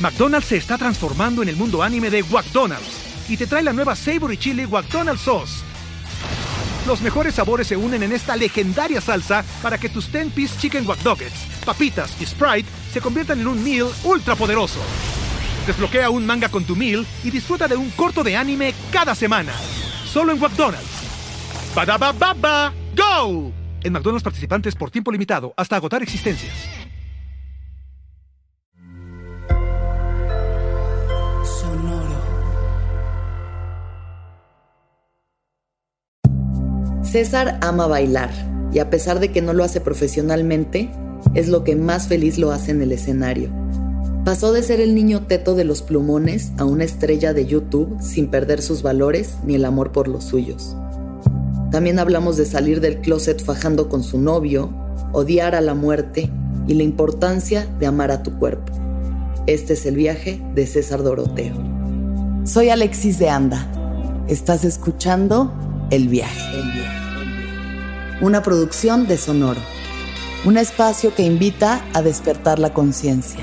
McDonald's se está transformando en el mundo anime de McDonald's y te trae la nueva Savory Chili McDonald's Sauce. Los mejores sabores se unen en esta legendaria salsa para que tus 10-piece chicken wack nuggets, papitas y Sprite se conviertan en un meal ultra poderoso. Desbloquea un manga con tu meal y disfruta de un corto de anime cada semana. Solo en McDonald's. ¡Badabababa! ¡Go! En McDonald's participantes por tiempo limitado hasta agotar existencias. César ama bailar y a pesar de que no lo hace profesionalmente, es lo que más feliz lo hace en el escenario. Pasó de ser el niño teto de los plumones a una estrella de YouTube sin perder sus valores ni el amor por los suyos. También hablamos de salir del closet fajando con su novio, odiar a la muerte y la importancia de amar a tu cuerpo. Este es el viaje de César Doroteo. Soy Alexis de Anda. Estás escuchando El Viaje. Una producción de Sonoro. Un espacio que invita a despertar la conciencia.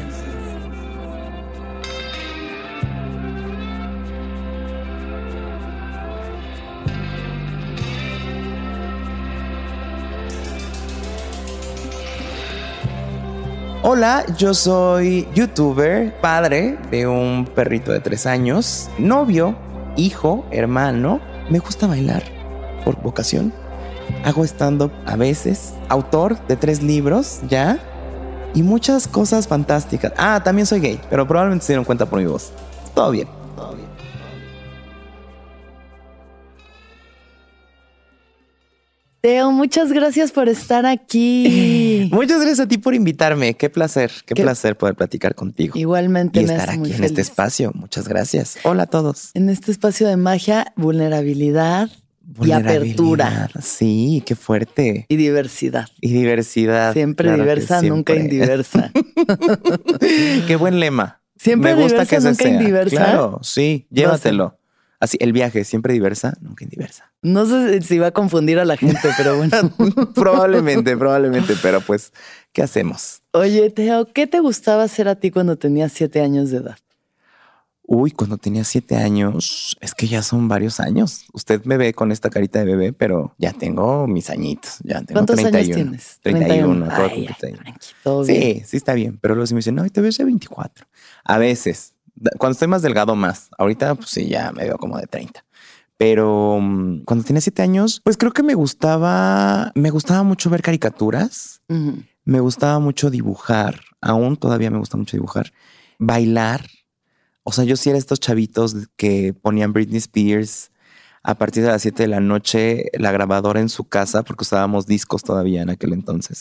Hola, yo soy youtuber, padre de un perrito de 3 años, novio, hijo, hermano. Me gusta bailar por vocación. Hago stand-up a veces, autor de 3 libros ya y muchas cosas fantásticas. Ah, también soy gay, pero probablemente se dieron cuenta por mi voz. Todo bien, todo bien. Teo, muchas gracias por estar aquí. Muchas gracias a ti por invitarme. Qué placer poder platicar contigo. Igualmente y me estar hace muy aquí en feliz. este espacio. Muchas gracias. Hola a todos. En este espacio de magia, vulnerabilidad y apertura. Sí, qué fuerte. Y diversidad. Y diversidad. Siempre Claro que diversa, nunca siempre. indiversa. Qué buen lema. Siempre Me gusta diversa, que ese nunca sea. indiversa. Claro, sí, llévatelo. Así, el viaje, siempre diversa, nunca indiversa. No sé si va a confundir a la gente, pero bueno. probablemente, pero pues, ¿qué hacemos? Oye, Teo, ¿qué te gustaba hacer a ti cuando tenías 7 años de edad? Uy, cuando tenía 7 años, es que ya son varios años. Usted me ve con esta carita de bebé, pero ya tengo mis añitos. Ya tengo ¿Cuántos 31. años tienes? 31. Acabo de Ay, cumplir 31. tranqui, todo bien. Sí, está bien. Pero luego sí me dicen, no, te ves de 24. A veces, cuando estoy más delgado más. Ahorita, pues sí, ya me veo como de 30. Pero cuando tenía 7 años, pues creo que me gustaba mucho ver caricaturas. Uh-huh. Me gustaba mucho dibujar. Aún todavía me gusta mucho dibujar. Bailar. O sea, yo sí era estos chavitos que ponían Britney Spears a partir de las 7 de la noche, la grabadora en su casa, porque usábamos discos todavía en aquel entonces.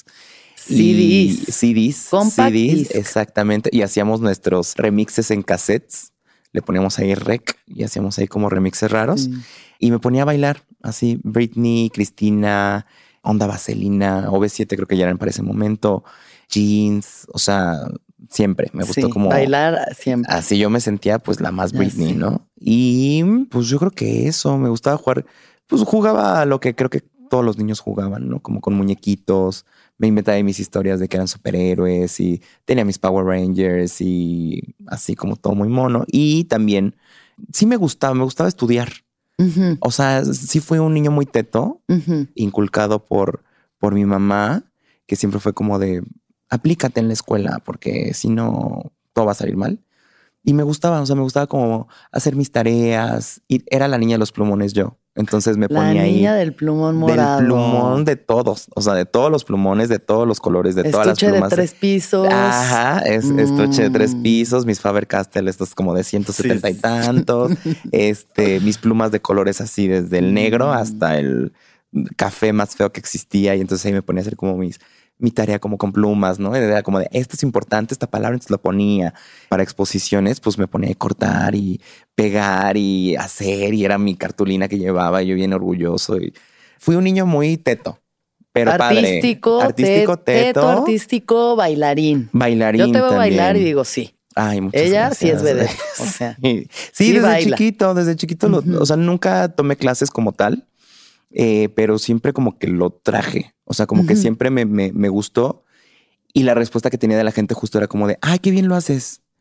CDs. Compact disc. Exactamente. Y hacíamos nuestros remixes en cassettes. Le poníamos ahí rec y hacíamos ahí como remixes raros. Y me ponía a bailar así. Britney, Cristina, Onda Vaselina, OV7 creo que ya eran para ese momento. Jeans, o sea, siempre me gustó como bailar siempre. Así yo me sentía pues la más Britney, ¿no? Y pues yo creo que eso, me gustaba jugar. Pues jugaba a lo que creo que todos los niños jugaban, ¿no? Como con muñequitos. Me inventaba mis historias de que eran superhéroes y tenía mis Power Rangers y así como todo muy mono. Y también sí me gustaba estudiar. Uh-huh. O sea, sí fui un niño muy teto, uh-huh, inculcado por mi mamá, que siempre fue como de aplícate en la escuela porque si no todo va a salir mal. Y me gustaba, o sea, me gustaba como hacer mis tareas y era la niña de los plumones yo. Entonces me ponía ahí. La niña del plumón morado. Del plumón de todos. O sea, de todos los plumones, de todos los colores, de todas las plumas. Estuche de 3 pisos. Ajá, estuche de 3 pisos. Mis Faber-Castell, estos como de 170 y tantos. Mis plumas de colores así, desde el negro hasta el café más feo que existía. Y entonces ahí me ponía a hacer como mi tarea como con plumas, ¿no? Era como de, esto es importante, esta palabra, entonces lo ponía. Para exposiciones, pues me ponía a cortar y pegar y hacer, y era mi cartulina que llevaba, y yo bien orgulloso. Y fui un niño muy teto, pero artístico, padre. Artístico, teto. Artístico, bailarín. Bailarín. Yo te veo también bailar y digo sí. Ay, muchas Ella gracias. sí es vedette. O sea, sí, desde baila. desde chiquito, o sea, nunca tomé clases como tal. Pero siempre como que lo traje. O sea, como que siempre me gustó. Y la respuesta que tenía de la gente justo era como de, ay, qué bien lo haces.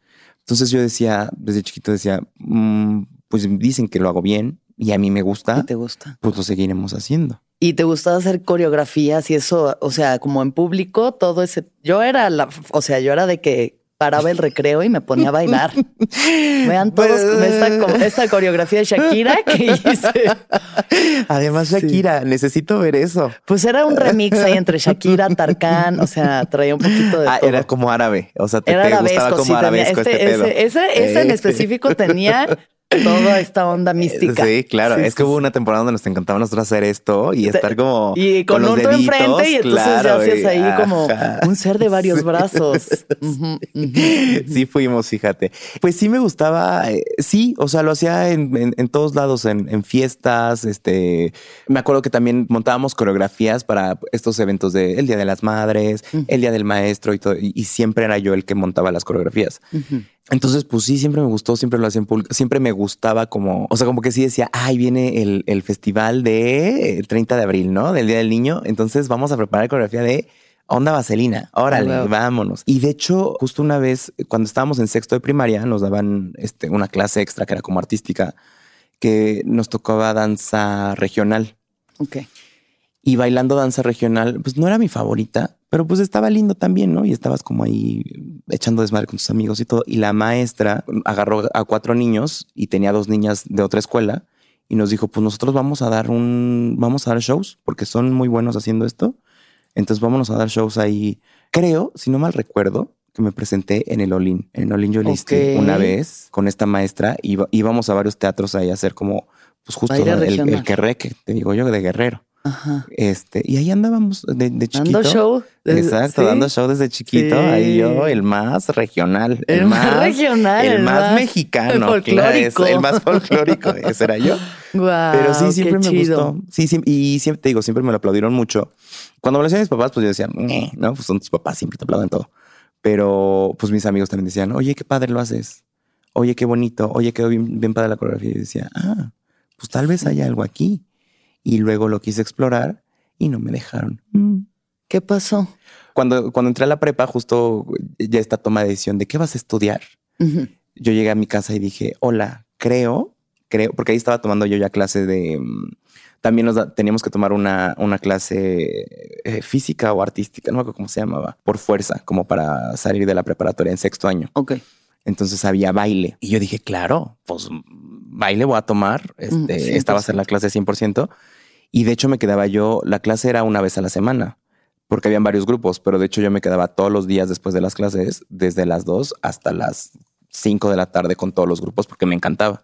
Entonces yo decía, desde chiquito decía, pues dicen que lo hago bien y a mí me gusta. ¿Y te gusta? Pues lo seguiremos haciendo. ¿Y te gustaba hacer coreografías y eso? O sea, como en público, todo ese... Yo era de que paraba el recreo y me ponía a bailar. Vean todos esta coreografía de Shakira que hice. Además, Shakira, necesito ver eso. Pues era un remix ahí entre Shakira, Tarkan, o sea, traía un poquito de todo. Era como árabe, o sea, era te gustaba como arabesco pedo. Ese en específico tenía toda esta onda mística. Sí, claro. Es que hubo una temporada donde nos encantaba a nosotros hacer esto y estar como y con los un deditos, enfrente y entonces claro, ya hacías ahí como un ser de varios brazos. Sí fuimos, fíjate. Pues sí me gustaba. Sí, o sea, lo hacía en todos lados, en fiestas. Me acuerdo que también montábamos coreografías para estos eventos de el Día de las Madres, el Día del Maestro y todo. Y siempre era yo el que montaba las coreografías. Entonces, pues sí, siempre me gustó, siempre lo hacía en público, siempre me gustaba como, o sea, como que sí decía, ay, viene el festival de 30 de abril, ¿no? Del Día del Niño. Entonces vamos a preparar coreografía de Onda Vaselina. Órale, vámonos. Y de hecho, justo una vez, cuando estábamos en sexto de primaria, nos daban una clase extra que era como artística, que nos tocaba danza regional. Ok. Y bailando danza regional, pues no era mi favorita, pero pues estaba lindo también, ¿no? Y estabas como ahí echando desmadre con tus amigos y todo. Y la maestra agarró a 4 niños y tenía 2 niñas de otra escuela y nos dijo, pues nosotros vamos a dar shows porque son muy buenos haciendo esto. Entonces vámonos a dar shows ahí. Creo, si no mal recuerdo, que me presenté en el Olin. En el Olin yo le una vez con esta maestra y íbamos a varios teatros ahí a hacer como, pues justo el querré, que te digo yo, de Guerrero. Ajá. Y ahí andábamos de chiquito. Dando show. Exacto, ¿sí? Dando show desde chiquito. Sí. Ahí yo, el más regional. El más regional. El más mexicano. Folclórico. Claro, el más folclórico. Ese era yo. Wow, pero sí, siempre me gustó. Sí, y siempre te digo, siempre me lo aplaudieron mucho. Cuando me lo decían mis papás, pues yo decía, no, pues son tus papás, siempre te aplauden todo. Pero pues mis amigos también decían, oye, qué padre lo haces. Oye, qué bonito. Oye, quedó bien padre la coreografía. Y yo decía, pues tal vez haya algo aquí. Y luego lo quise explorar y no me dejaron. ¿Qué pasó? Cuando entré a la prepa, justo ya esta toma de decisión de qué vas a estudiar. Yo llegué a mi casa y dije, hola, creo, porque ahí estaba tomando yo ya clase de... También teníamos que tomar una clase física o artística, no me acuerdo cómo se llamaba, por fuerza, como para salir de la preparatoria en sexto año. Ok. Entonces había baile. Y yo dije, claro, pues baile voy a tomar. Esta va a ser la clase 100%. Y de hecho me quedaba la clase era una vez a la semana, porque habían varios grupos, pero de hecho yo me quedaba todos los días después de las clases, desde las 2 hasta las 5 de la tarde con todos los grupos, porque me encantaba.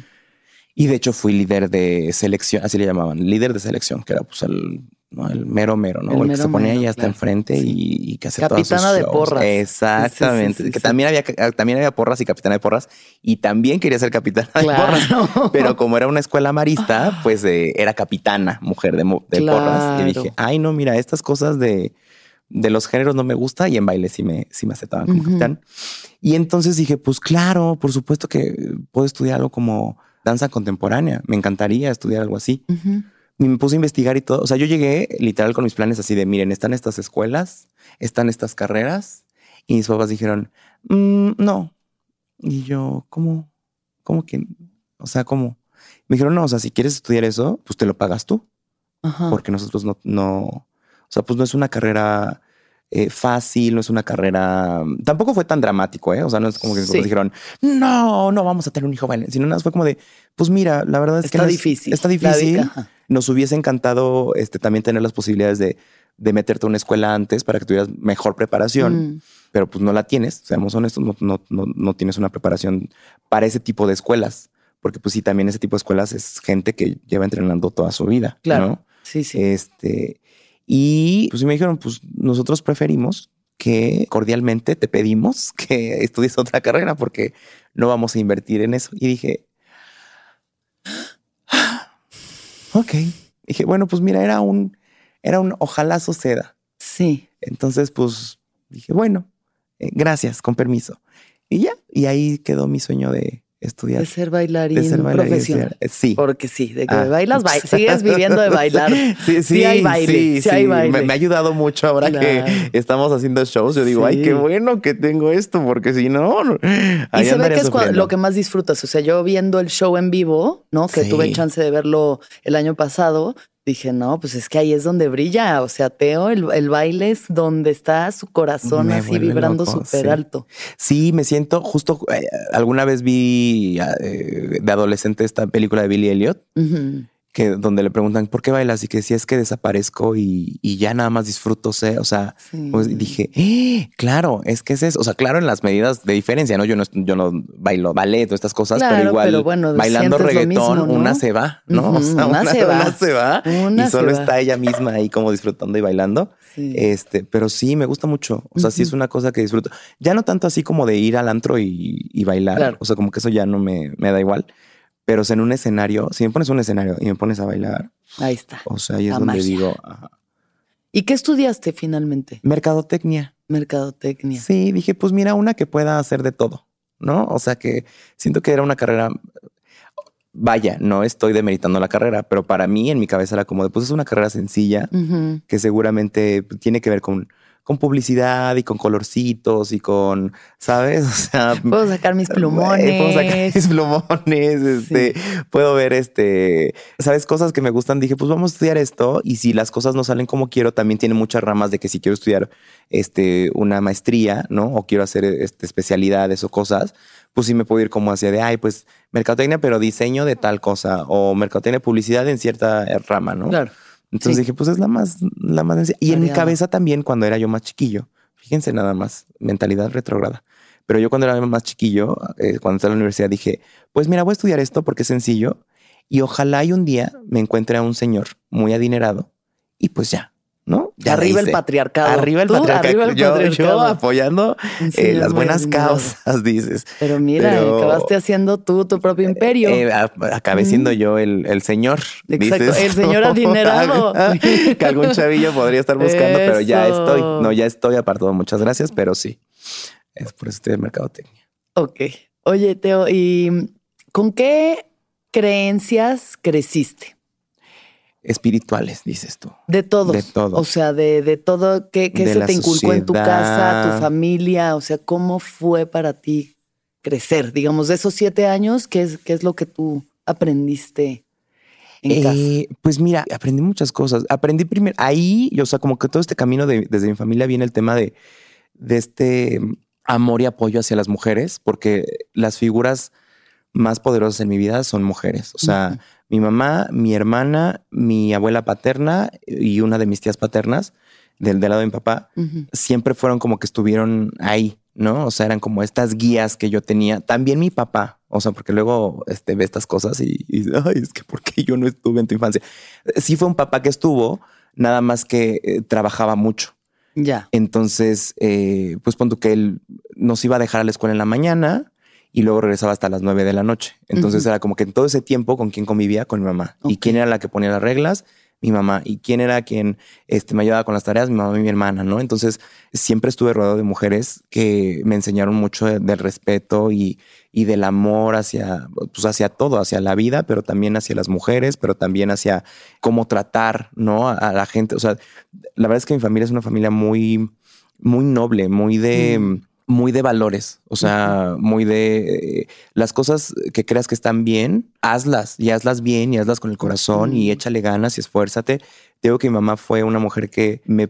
Y de hecho fui líder de selección, así le llamaban, líder de selección, que era pues el mero, ¿no? El que se ponía ahí hasta enfrente y que hacía todas sus shows. Capitana de porras. Exactamente. Sí. También había porras y capitana de porras. Y también quería ser capitana de porras. Pero como era una escuela marista, pues era capitana, mujer de porras. Y dije, ay, no, mira, estas cosas de los géneros no me gusta. Y en baile sí me aceptaban como capitán. Y entonces dije, pues claro, por supuesto que puedo estudiar algo como danza contemporánea. Me encantaría estudiar algo así. Y me puse a investigar y todo. O sea, yo llegué literal con mis planes así de, miren, están estas escuelas, están estas carreras. Y mis papás dijeron, no. Y yo, ¿cómo que? O sea, ¿cómo? Me dijeron, no, o sea, si quieres estudiar eso, pues te lo pagas tú. Ajá. Porque nosotros no, o sea, pues no es una carrera fácil, no es una carrera... Tampoco fue tan dramático, ¿eh? O sea, no es como que mis papás dijeron, no vamos a tener un hijo baile. Sino nada, fue como de, pues mira, la verdad es que... Está difícil. Nos hubiese encantado también tener las posibilidades de meterte a una escuela antes para que tuvieras mejor preparación, pero pues no la tienes. Seamos honestos, no tienes una preparación para ese tipo de escuelas, porque pues sí, también ese tipo de escuelas es gente que lleva entrenando toda su vida. Claro. ¿no? Sí. Y pues me dijeron, pues nosotros preferimos que cordialmente te pedimos que estudies otra carrera porque no vamos a invertir en eso. Y dije, ok. Dije, bueno, pues mira, era un ojalá suceda. Sí. Entonces, pues dije, bueno, gracias, con permiso. Y ya, y ahí quedó mi sueño de estudiar. De ser bailarín profesional. Sí. Porque sí, de que bailas, sigues viviendo de bailar. Sí, hay baile. Sí, hay baile. Me ha ayudado mucho ahora que estamos haciendo shows. Yo digo, ay, qué bueno que tengo esto, porque si no... Y se ve que es lo que más disfrutas. O sea, yo viendo el show en vivo, ¿no? Que tuve chance de verlo el año pasado, dije, no, pues es que ahí es donde brilla. O sea, Teo, el baile es donde está su corazón así vibrando súper alto. Sí, me siento justo. Alguna vez vi de adolescente esta película de Billy Elliot, que donde le preguntan ¿por qué bailas? Y que si es que desaparezco y ya nada más disfruto, o sea, pues dije, claro, es que es eso. O sea, claro, en las medidas de diferencia, ¿no? Yo no bailo ballet o estas cosas, pero igual bailando reggaetón, mismo, ¿no? Una se va, ¿no? O sea, una se va y solo está ella misma ahí como disfrutando y bailando. Sí. Pero sí, me gusta mucho. O sea, sí es una cosa que disfruto. Ya no tanto así como de ir al antro y bailar. Claro. O sea, como que eso ya no me da igual. Pero en un escenario, si me pones un escenario y me pones a bailar. Ahí está. O sea, ahí es donde digo. Ajá. ¿Y qué estudiaste finalmente? Mercadotecnia. Sí, dije, pues mira, una que pueda hacer de todo, ¿no? O sea, que siento que era una carrera. Vaya, no estoy demeritando la carrera, pero para mí en mi cabeza era como de, pues es una carrera sencilla que seguramente tiene que ver con publicidad y con colorcitos y con, ¿sabes? O sea, puedo sacar mis plumones. Puedo ver ¿sabes? Cosas que me gustan. Dije, pues vamos a estudiar esto y si las cosas no salen como quiero, también tiene muchas ramas de que si quiero estudiar una maestría, ¿no? O quiero hacer especialidades o cosas, pues sí me puedo ir como hacia de, pues mercadotecnia, pero diseño de tal cosa o mercadotecnia, publicidad en cierta rama, ¿no? Claro. Entonces dije, pues es la más sencilla. Y en mi cabeza también, cuando era yo más chiquillo, fíjense nada más, mentalidad retrógrada. Pero yo cuando era más chiquillo, cuando estaba en la universidad, dije, pues mira, voy a estudiar esto porque es sencillo y ojalá y un día me encuentre a un señor muy adinerado y pues ya, ¿no? Ya arriba el patriarcado. Arriba el patriarcado. Yo apoyando las buenas causas, dices. Pero mira, acabaste haciendo tú tu propio imperio. Acabé siendo yo el señor. Exacto, dices. el señor adinerado. Que algún chavillo podría estar buscando, pero ya estoy. No, ya estoy apartado. Muchas gracias, pero sí. Es por eso estoy en mercadotecnia. Ok. Oye, Teo, ¿y con qué creencias creciste? Espirituales, dices tú. De todos. De todo. O sea, de todo. ¿Qué se te inculcó en tu casa, tu familia? O sea, ¿cómo fue para ti crecer? Digamos, de esos 7 años, ¿qué es lo que tú aprendiste en casa? Pues mira, aprendí muchas cosas. Aprendí primero, ahí, o sea, como que todo este camino desde mi familia viene el tema de este amor y apoyo hacia las mujeres, porque las figuras más poderosas en mi vida son mujeres. O sea, mi mamá, mi hermana, mi abuela paterna y una de mis tías paternas del lado de mi papá, siempre fueron como que estuvieron ahí, ¿no? O sea, eran como estas guías que yo tenía. También mi papá, o sea, porque luego ve estas cosas y ay, es que ¿por qué yo no estuve en tu infancia? Sí fue un papá que estuvo, nada más que trabajaba mucho. Ya. Entonces, pues pon tú que él nos iba a dejar a la escuela en la mañana y luego regresaba hasta las 9 de la noche. Entonces era como que en todo ese tiempo, ¿con quién convivía? Con mi mamá. Okay. ¿Y quién era la que ponía las reglas? Mi mamá. ¿Y quién era quien me ayudaba con las tareas? Mi mamá y mi hermana, ¿no? Entonces siempre estuve rodeado de mujeres que me enseñaron mucho del respeto y del amor hacia todo, hacia la vida, pero también hacia las mujeres, pero también hacia cómo tratar, ¿no? A la gente. O sea, la verdad es que mi familia es una familia muy, muy noble, muy de valores, o sea, muy de las cosas que creas que están bien, hazlas y hazlas bien y hazlas con el corazón y échale ganas y esfuérzate. Digo que mi mamá fue una mujer que me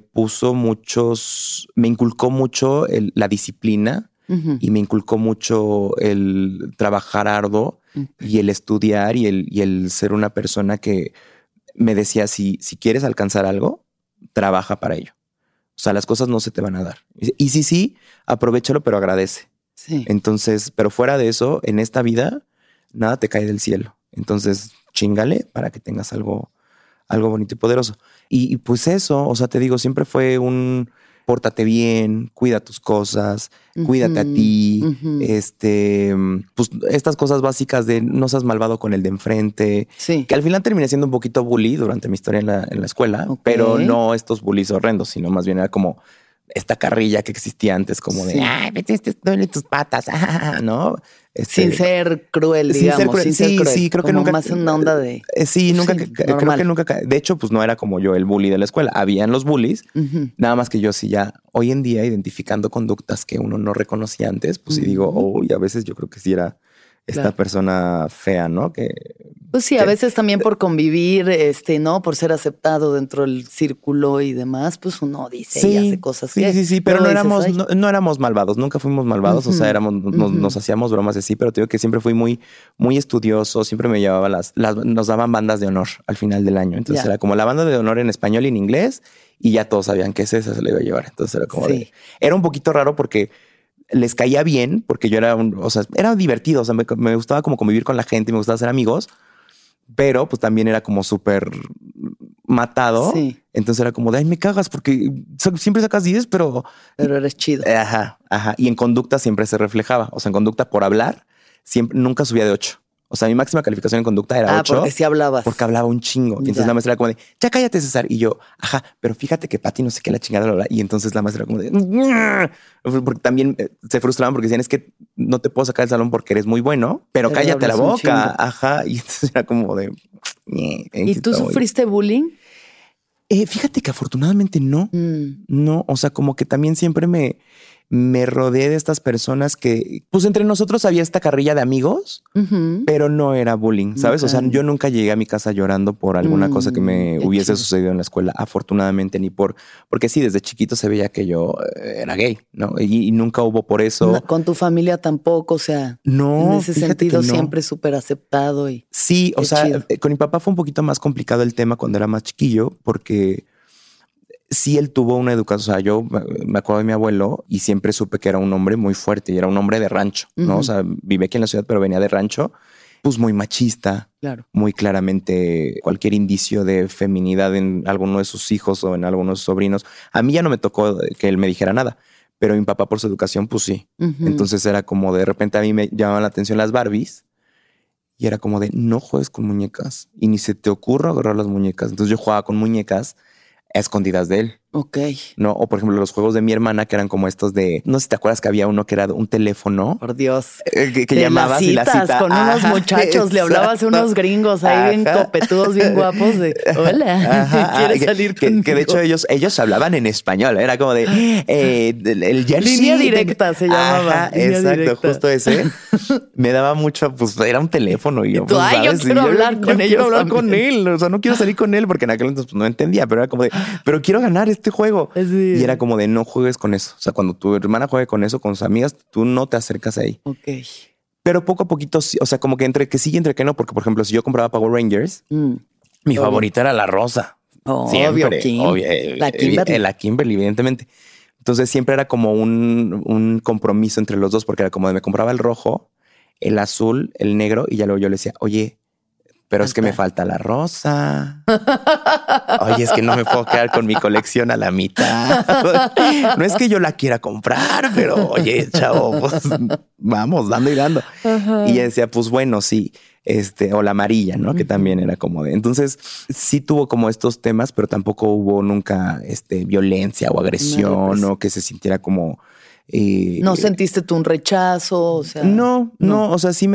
inculcó mucho la disciplina y me inculcó mucho el trabajar arduo y el estudiar y el ser una persona que me decía, si quieres alcanzar algo, trabaja para ello. O sea, las cosas no se te van a dar. Y sí, aprovéchalo, pero agradece. Sí. Entonces, pero fuera de eso, en esta vida, nada te cae del cielo. Entonces, chíngale para que tengas algo bonito y poderoso. Y pues eso, o sea, te digo, siempre fue pórtate bien, cuida tus cosas, cuídate a ti, pues estas cosas básicas de no seas malvado con el de enfrente, que al final terminé siendo un poquito bully durante mi historia en la escuela, pero no estos bullies horrendos, sino más bien era como esta carrilla que existía antes, como de, ay, te duele tus patas, ¿no? Sin ser cruel, digamos. Sin ser cruel. Sí, creo que como nunca. Más en una onda de. Sí, nunca. Creo que nunca. De hecho, pues no era como yo el bully de la escuela. Habían los bullies, nada más que yo sí ya hoy en día identificando conductas que uno no reconocía antes, pues sí digo, a veces yo creo que sí era esta persona fea, ¿no? Pues sí, a veces también por convivir, ¿no? Por ser aceptado dentro del círculo y demás, pues uno dice y hace cosas que... Sí, pero no éramos malvados, nunca fuimos malvados, o sea, nos hacíamos bromas así, pero te digo que siempre fui muy, muy estudioso, siempre me llevaba nos daban bandas de honor al final del año, entonces era como la banda de honor en español y en inglés, y ya todos sabían que esa se le iba a llevar, entonces era como era un poquito raro porque les caía bien, porque yo era era divertido, o sea, me gustaba como convivir con la gente, me gustaba hacer amigos, pero pues también era como súper matado. Sí. Entonces era como de, ay, me cagas porque siempre sacas 10, pero eres chido. Ajá. Y en conducta siempre se reflejaba. O sea, en conducta por hablar, nunca subía de 8. O sea, mi máxima calificación en conducta era 8. Porque sí hablabas. Porque hablaba un chingo. Y entonces la maestra era como de, ya cállate, César. Y yo, pero fíjate que Pati no sé qué la chingada. Y entonces la maestra era como de, porque también se frustraban porque decían, es que no te puedo sacar del salón porque eres muy bueno, pero cállate la boca. Y entonces era como de... ¿Y tú sufriste bullying? Fíjate que afortunadamente no. No, o sea, como que también siempre me rodeé de estas personas que, pues entre nosotros había esta carrilla de amigos, pero no era bullying, ¿sabes? Okay. O sea, yo nunca llegué a mi casa llorando por alguna cosa que me hubiese sucedido en la escuela, afortunadamente, porque sí, desde chiquito se veía que yo era gay, ¿no? Y nunca hubo por eso. No, con tu familia tampoco, o sea, no, en ese sentido siempre súper aceptado. Sí, o sea, con mi papá fue un poquito más complicado el tema cuando era más chiquillo, porque... Sí, él tuvo una educación. O sea, yo me acuerdo de mi abuelo y siempre supe que era un hombre muy fuerte y era un hombre de rancho, ¿no? O sea, vive aquí en la ciudad, pero venía de rancho, pues muy machista. Claro. Muy claramente cualquier indicio de feminidad en alguno de sus hijos o en alguno de sus sobrinos. A mí ya no me tocó que él me dijera nada, pero mi papá por su educación, pues sí. Entonces era como de repente a mí me llamaban la atención las Barbies y era como de no juegues con muñecas y ni se te ocurra agarrar las muñecas. Entonces yo jugaba con muñecas a escondidas de él. Ok. No, o por ejemplo, los juegos de mi hermana que eran como estos de, no sé si te acuerdas que había uno que era un teléfono. Por Dios. Que llamabas citas, y la cita. Con unos muchachos, exacto. Le hablabas a unos gringos ahí bien copetudos, bien guapos de, hola, ¿quieres salir conmigo? Que de hecho ellos hablaban en español. Era como de, el jersey. Línea directa se llamaba. Exacto, directa. Justo ese. Me daba mucho, pues era un teléfono. Y yo, tú, pues, yo quiero hablar con ellos. Quiero hablar con él. O sea, no quiero salir con él porque en aquel entonces pues, no entendía, pero era como de, pero quiero ganar este juego. Sí. Y era como de no juegues con eso. O sea, cuando tu hermana juegue con eso, con sus amigas, tú no te acercas ahí. Ok. Pero poco a poquito, o sea, como que entre que sí y entre que no, porque por ejemplo, si yo compraba Power Rangers, mi favorita era la rosa. Siempre. Obvio. La Kimberly, evidentemente. Entonces siempre era como un compromiso entre los dos, porque era como de me compraba el rojo, el azul, el negro, y ya luego yo le decía, oye, pero es que me falta la rosa. Oye, es que no me puedo quedar con mi colección a la mitad. No es que yo la quiera comprar, pero oye, chavo, pues vamos dando y dando. Ajá. Y ella decía, pues bueno, sí, o la amarilla, ¿no? Que también era como de. Entonces sí tuvo como estos temas, pero tampoco hubo nunca violencia o agresión o que se sintiera como. ¿No sentiste tú un rechazo? O sea, no. O sea, sí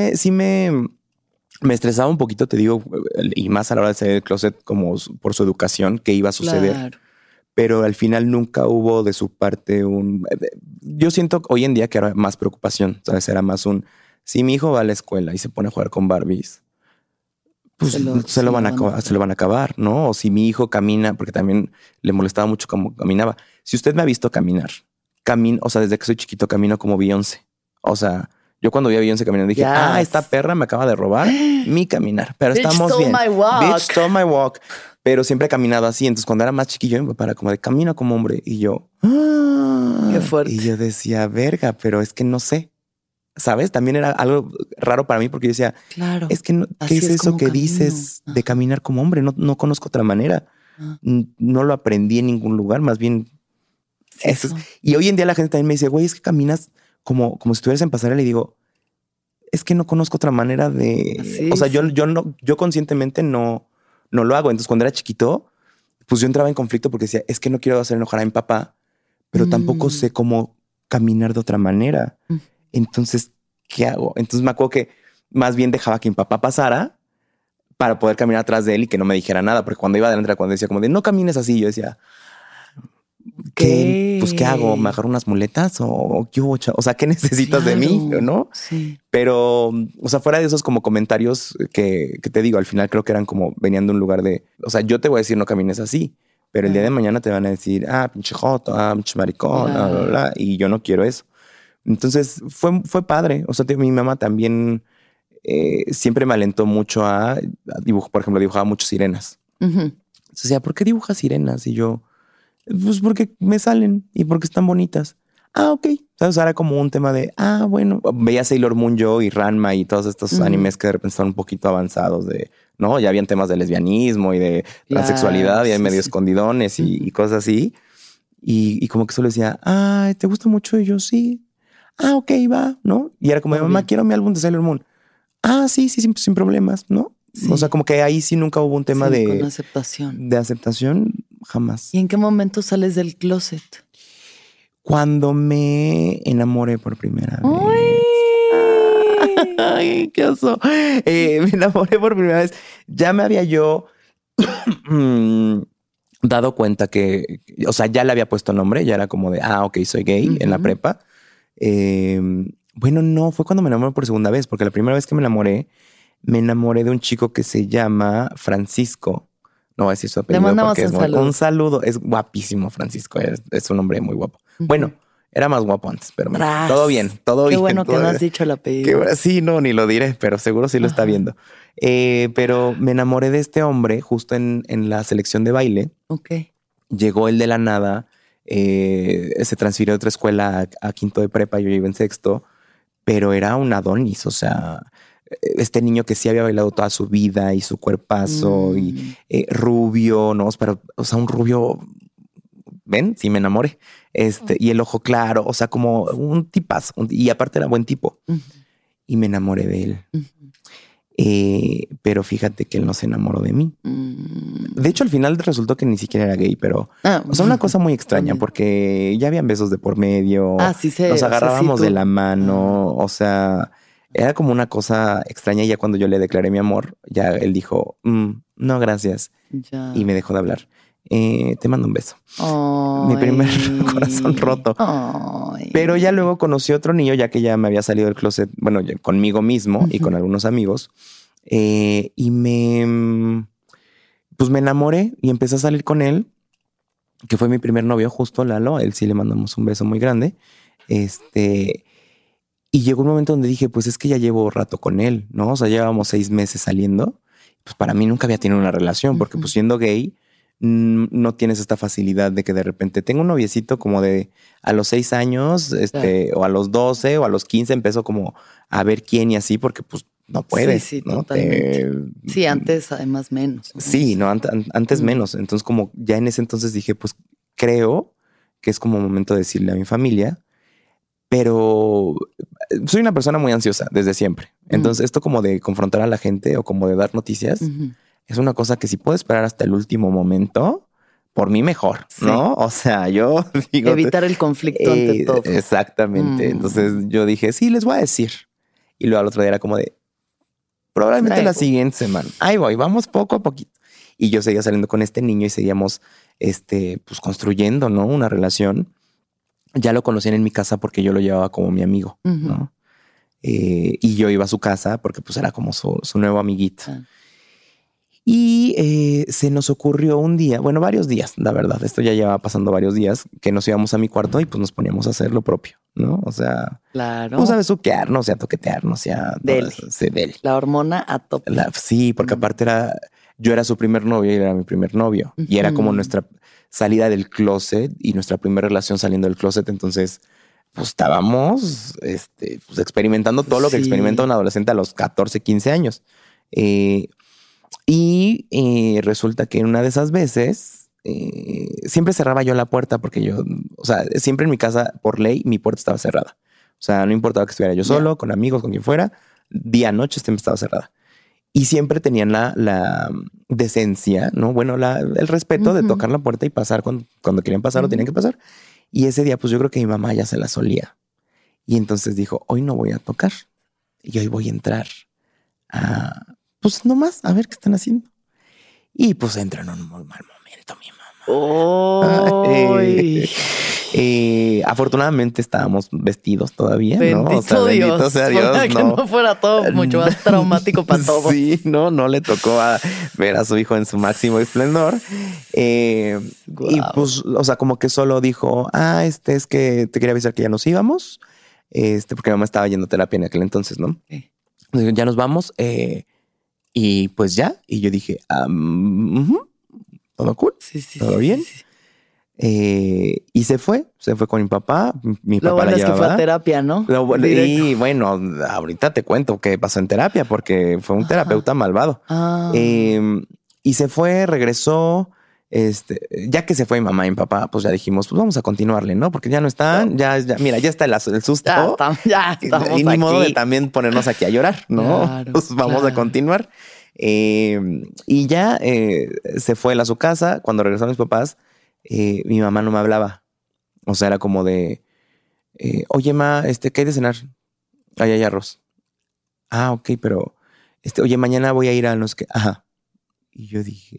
me estresaba un poquito, te digo, y más a la hora de salir del closet, como por su educación, que iba a suceder. Claro. Pero al final nunca hubo de su parte yo siento hoy en día que era más preocupación, ¿sabes? Era más si mi hijo va a la escuela y se pone a jugar con Barbies, pues se lo van a acabar, ¿no? O si mi hijo camina, porque también le molestaba mucho cómo caminaba. Si usted me ha visto caminar, o sea, desde que soy chiquito camino como Beyoncé. O sea, yo cuando vi a Beyoncé caminando dije, esta perra me acaba de robar mi caminar, pero estamos bien. Bitch stole my walk. Pero siempre he caminado así. Entonces cuando era más chiquillo, mi papá era como de camino como hombre. Y yo, qué fuerte. Y yo decía, verga, pero es que no sé. ¿Sabes? También era algo raro para mí porque yo decía, claro, es que no, ¿qué es eso que dices de caminar como hombre? No conozco otra manera. No lo aprendí en ningún lugar, más bien. Eso. Y hoy en día la gente también me dice, güey, es que caminas como si estuvieras en pasarela. Y digo, es que no conozco otra manera de. Así o sea, yo conscientemente no lo hago. Entonces, cuando era chiquito, pues yo entraba en conflicto porque decía, es que no quiero hacer enojar a mi papá, pero tampoco sé cómo caminar de otra manera. Entonces, ¿qué hago? Entonces me acuerdo que más bien dejaba que mi papá pasara para poder caminar atrás de él y que no me dijera nada, porque cuando iba adelante era cuando decía como de no camines así, yo decía, ¿qué? Pues, ¿qué hago? ¿Me agarro unas muletas o qué hubo? O sea, ¿qué necesitas de mí? ¿No? Sí. Pero, o sea, fuera de esos como comentarios que te digo, al final creo que eran como venían de un lugar de, o sea, yo te voy a decir no camines así, pero el día de mañana te van a decir, pinche joto, pinche maricón, bla, bla, bla, y yo no quiero eso. Entonces fue padre. O sea, mi mamá también siempre me alentó mucho a dibujar. Por ejemplo, dibujaba muchas sirenas. Entonces decía, ¿por qué dibujas sirenas? Y yo, pues porque me salen y porque están bonitas. Ok. O sea, era como un tema de, bueno, veía Sailor Moon yo y Ranma y todos estos animes que de repente están un poquito avanzados de, ¿no? Ya habían temas de lesbianismo y de transexualidad y hay medio escondidones y cosas así. Y como que solo decía, ¿te gusta mucho? Y yo, sí. Ok, va, ¿no? Y era como, mamá, quiero mi álbum de Sailor Moon. Sí, sin problemas, ¿no? Sí. O sea, como que ahí sí nunca hubo un tema de... Con aceptación. De aceptación, jamás. ¿Y en qué momento sales del closet? Cuando me enamoré por primera vez. ¡Ay, qué oso! Me enamoré por primera vez. Ya me había yo... dado cuenta que, o sea, ya le había puesto nombre, ya era como de, ok, soy gay en la prepa. Bueno, no, fue cuando me enamoré por segunda vez, porque la primera vez que me enamoré de un chico que se llama Francisco. No voy a decir su apellido. Le mandamos porque un saludo. Un saludo. Es guapísimo, Francisco. Es un hombre muy guapo. Bueno, era más guapo antes, pero todo bien, todo bien. Qué bueno que no has dicho el apellido. Sí, no, ni lo diré, pero seguro sí lo está viendo. Pero me enamoré de este hombre justo en la selección de baile. Ok. Llegó él de la nada, se transfirió de otra escuela a quinto de prepa, yo iba en sexto, pero era un Adonis, o sea, este niño que sí había bailado toda su vida y su cuerpazo y rubio, ¿no? Pero, o sea, un rubio, ven, sí me enamoré, y el ojo claro, o sea, como un tipazo, y aparte era buen tipo, y me enamoré de él. Pero fíjate que él no se enamoró de mí. De hecho, al final resultó que ni siquiera era gay, pero o sea, una cosa muy extraña porque ya habían besos de por medio. Nos agarrábamos de la mano. O sea, era como una cosa extraña. Y ya cuando yo le declaré mi amor, ya él dijo, no, gracias. Ya. Y me dejó de hablar. Te mando un beso. Mi primer corazón roto. Pero ya luego conocí a otro niño, ya que ya me había salido del closet, bueno, conmigo mismo y con algunos amigos. Y pues me enamoré y empecé a salir con él, que fue mi primer novio, justo Lalo. A él sí le mandamos un beso muy grande. Y llegó un momento donde dije, pues es que ya llevo rato con él, ¿no? O sea, llevábamos 6 meses saliendo. Pues para mí nunca había tenido una relación, porque pues siendo gay, no tienes esta facilidad de que de repente tengo un noviecito como de a los 6 años, o a los 12 o a los 15 empezó como a ver quién y así, porque pues no puedes. Sí, ¿no? Totalmente. Sí, antes además menos. Sí, no, antes menos. Entonces como ya en ese entonces dije, pues creo que es como momento de decirle a mi familia, pero soy una persona muy ansiosa desde siempre. Entonces esto como de confrontar a la gente o como de dar noticias, es una cosa que si puedo esperar hasta el último momento, por mí mejor, ¿no? O sea, yo digo... Evitar el conflicto ante todo. Exactamente. Entonces yo dije, sí, les voy a decir. Y luego al otro día era como de, probablemente la siguiente semana. Ahí voy, vamos poco a poquito. Y yo seguía saliendo con este niño y seguíamos pues construyendo, ¿no? Una relación. Ya lo conocían en mi casa porque yo lo llevaba como mi amigo, ¿no? Y yo iba a su casa porque pues era como su nuevo amiguito. Y se nos ocurrió un día, bueno, varios días, la verdad, esto ya llevaba pasando varios días, que nos íbamos a mi cuarto y pues nos poníamos a hacer lo propio, ¿no? O sea, claro. Pues a besuquearnos, a toquetearnos, a dele. La hormona a tope. Sí, porque aparte yo era su primer novio y él era mi primer novio. Y era como nuestra salida del closet y nuestra primera relación saliendo del closet. Entonces, pues estábamos pues, experimentando todo lo que experimenta un adolescente a los 14, 15 años. Y resulta que en una de esas veces siempre cerraba yo la puerta porque yo, o sea, siempre en mi casa por ley mi puerta estaba cerrada. O sea, no importaba que estuviera yo solo, con amigos, con quien fuera, día, noche siempre estaba cerrada. Y siempre tenían la decencia, ¿no? Bueno, el respeto de tocar la puerta y pasar cuando querían pasar o tenían que pasar. Y ese día, pues yo creo que mi mamá ya se la solía. Y entonces dijo, hoy no voy a tocar. Y hoy voy a entrar pues nomás a ver qué están haciendo. Y pues entró en un muy mal momento mi mamá. Afortunadamente estábamos vestidos todavía, bendito, ¿no? O sea, bendito sea Dios. Para que no fuera todo mucho más traumático para todos. Sí, no le tocó ver a su hijo en su máximo esplendor. Wow. Y pues, o sea, como que solo dijo, es que te quería avisar que ya nos íbamos, porque mi mamá estaba yendo a terapia en aquel entonces, ¿no? Okay. Entonces, ya nos vamos, y pues ya. Y yo dije, todo cool, todo bien. Sí. Y se fue con mi papá. Mi papá bueno la es llevaba. que fue a terapia, ¿no? Y bueno, ahorita te cuento qué pasó en terapia, porque fue un terapeuta malvado. Y se fue, regresó. Ya que se fue mi mamá y mi papá, pues ya dijimos, pues vamos a continuarle, ¿no? Porque ya no están, ya mira, ya está el susto. Ya estamos y ni aquí. modo de también ponernos aquí a llorar, ¿no? Claro, pues vamos a continuar. Y ya se fue él a su casa. Cuando regresaron mis papás, mi mamá no me hablaba. O sea, era como de, oye, ma, ¿qué hay de cenar? Ahí hay arroz. Ok, pero, oye, mañana voy a ir a los que, ajá. Y yo dije,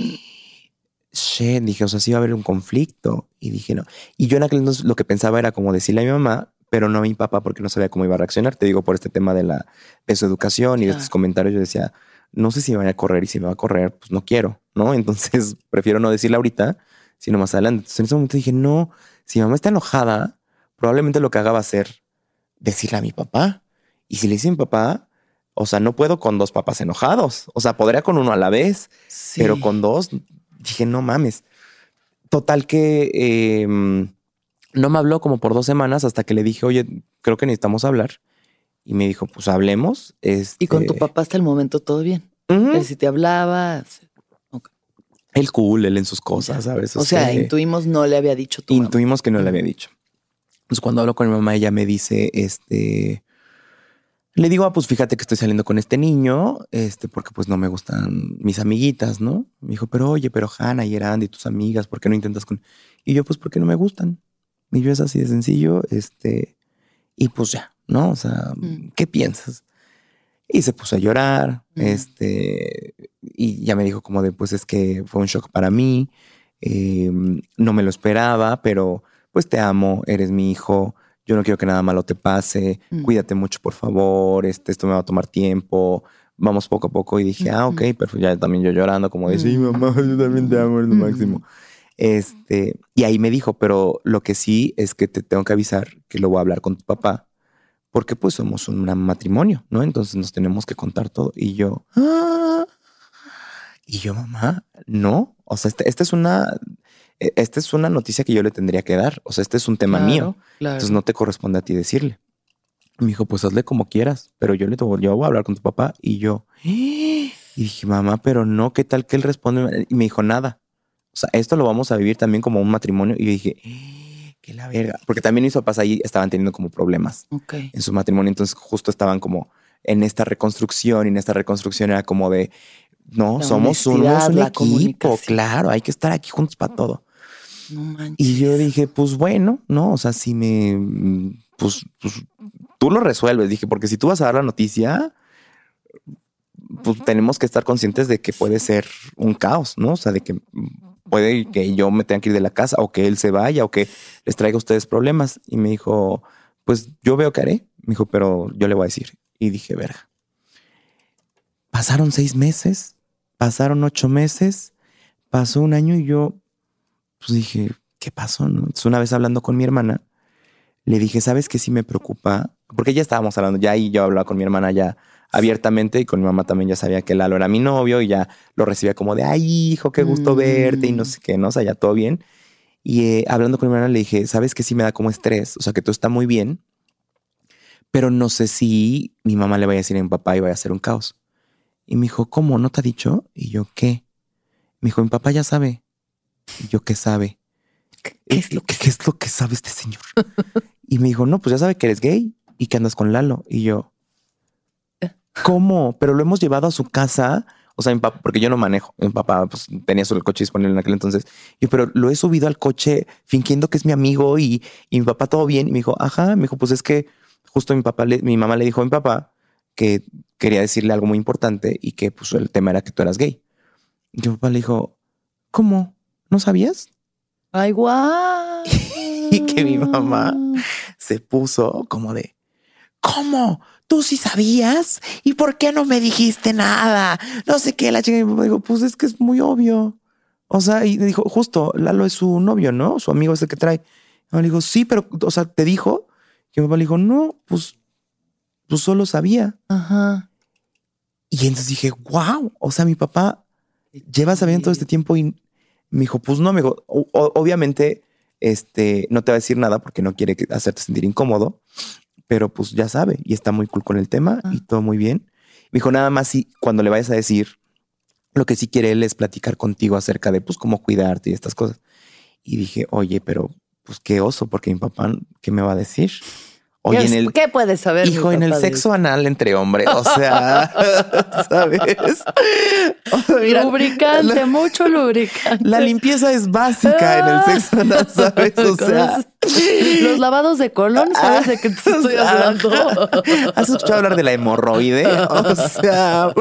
shit, dije, o sea, sí va a haber un conflicto. Y dije, no. Y yo en aquel entonces lo que pensaba era como decirle a mi mamá, pero no a mi papá porque no sabía cómo iba a reaccionar. Te digo, por este tema de su educación y de estos comentarios, yo decía, no sé si me van a correr, y si me va a correr, pues no quiero, ¿no? Entonces prefiero no decirle ahorita, sino más adelante. Entonces en ese momento dije, no, si mi mamá está enojada, probablemente lo que haga va a ser decirle a mi papá. Y si le dice a mi papá, o sea, no puedo con dos papás enojados. O sea, podría con uno a la vez, pero con dos, dije, no mames. Total que no me habló como por 2 semanas hasta que le dije, oye, creo que necesitamos hablar. Y me dijo, pues hablemos. Y con tu papá hasta el momento todo bien. Él sí te hablaba. Okay. Él cool, él en sus cosas, ¿sabes? O sea, intuimos no le había dicho tu Intuimos que no le había dicho. Entonces cuando hablo con mi mamá, ella me dice, le digo, pues fíjate que estoy saliendo con este niño, porque pues no me gustan mis amiguitas, ¿no? Me dijo, pero Hannah y Erandi, tus amigas, ¿por qué no intentas con...? Y yo, pues porque no me gustan. Y yo es así de sencillo, y pues ya, ¿no? O sea, ¿qué piensas? Y se puso a llorar, y ya me dijo como de, pues es que fue un shock para mí, no me lo esperaba, pero pues te amo, eres mi hijo, yo no quiero que nada malo te pase, cuídate mucho, por favor, esto me va a tomar tiempo, vamos poco a poco. Y dije, ok, pero ya también yo llorando como de, sí, mamá, yo también te amo, es lo máximo. Y ahí me dijo, pero lo que sí es que te tengo que avisar que lo voy a hablar con tu papá, porque pues somos un matrimonio, ¿no? Entonces nos tenemos que contar todo. Y yo, mamá, no. O sea, esta es una noticia que yo le tendría que dar. O sea, este es un tema mío. Claro. Entonces no te corresponde a ti decirle. Me dijo, pues hazle como quieras, pero yo voy a hablar con tu papá. Y yo, y dije, mamá, pero no, ¿qué tal que él responde? Y me dijo, nada. O sea, esto lo vamos a vivir también como un matrimonio. Y yo dije, que la verga. Porque también mis papás ahí estaban teniendo como problemas en su matrimonio. Entonces justo estaban como en esta reconstrucción, y en esta reconstrucción era como de, no, somos un equipo, claro, hay que estar aquí juntos para todo. No manches. Y yo dije, pues bueno, no, o sea, si pues tú lo resuelves. Dije, porque si tú vas a dar la noticia, pues tenemos que estar conscientes de que puede ser un caos, ¿no? O sea, de que puede que yo me tenga que ir de la casa, o que él se vaya, o que les traiga a ustedes problemas. Y me dijo, pues yo veo que haré. Me dijo, pero yo le voy a decir. Y dije, verga. Pasaron 6 meses, pasaron 8 meses, pasó 1 año y yo pues dije, ¿qué pasó? ¿No? Entonces una vez hablando con mi hermana, le dije, ¿sabes qué sí me preocupa? Porque ya estábamos hablando, ya y yo hablaba con mi hermana ya abiertamente, y con mi mamá también ya sabía que Lalo era mi novio y ya lo recibía como de, ay, hijo, qué gusto verte y no sé qué, ¿no? O sea, ya todo bien. Y hablando con mi hermana le dije, ¿sabes qué sí me da como estrés? O sea, que todo está muy bien, pero no sé si mi mamá le vaya a decir a mi papá y vaya a hacer un caos. Y me dijo, ¿cómo? ¿No te ha dicho? Y yo, ¿qué? Me dijo, mi papá ya sabe. Y yo, ¿qué sabe? ¿Qué es lo que sabe este señor? Y me dijo, no, pues ya sabe que eres gay y que andas con Lalo. Y yo, ¿cómo? Pero lo hemos llevado a su casa. O sea, mi papá, porque yo no manejo. Mi papá pues, tenía solo el coche disponible en aquel entonces. Yo, pero lo he subido al coche fingiendo que es mi amigo y mi papá todo bien. Y me dijo, ajá, me dijo, pues es que justo mi mamá le dijo a mi papá que quería decirle algo muy importante y que pues el tema era que tú eras gay. Y mi papá le dijo, ¿cómo? ¿No sabías? Ay, guau. Y que mi mamá se puso como de, ¿cómo? ¿Tú sí sabías? ¿Y por qué no me dijiste nada? No sé qué. La chica y mi papá dijo, pues es que es muy obvio. O sea, y dijo, justo, Lalo es su novio, ¿no? Su amigo es el que trae. Y le digo, sí, pero, o sea, ¿te dijo? Y mi papá le dijo, no, pues solo sabía. Ajá. Y entonces dije, wow. O sea, mi papá lleva sabiendo todo este tiempo y me dijo, pues no, me dijo, obviamente, no te va a decir nada porque no quiere hacerte sentir incómodo, pero pues ya sabe y está muy cool con el tema y todo muy bien. Me dijo, nada más si cuando le vayas a decir, lo que sí quiere él es platicar contigo acerca de pues cómo cuidarte y estas cosas. Y dije, oye, pero pues qué oso, porque mi papá, ¿qué me va a decir? Oye, ¿qué puedes saber? Hijo, en el sexo anal entre hombres, o sea, ¿sabes? Mira, lubricante, mucho lubricante. La limpieza es básica en el sexo anal, ¿sabes? O sea, los lavados de colon, ¿sabes de qué te estoy hablando? ¿Has escuchado hablar de la hemorroide? O sea,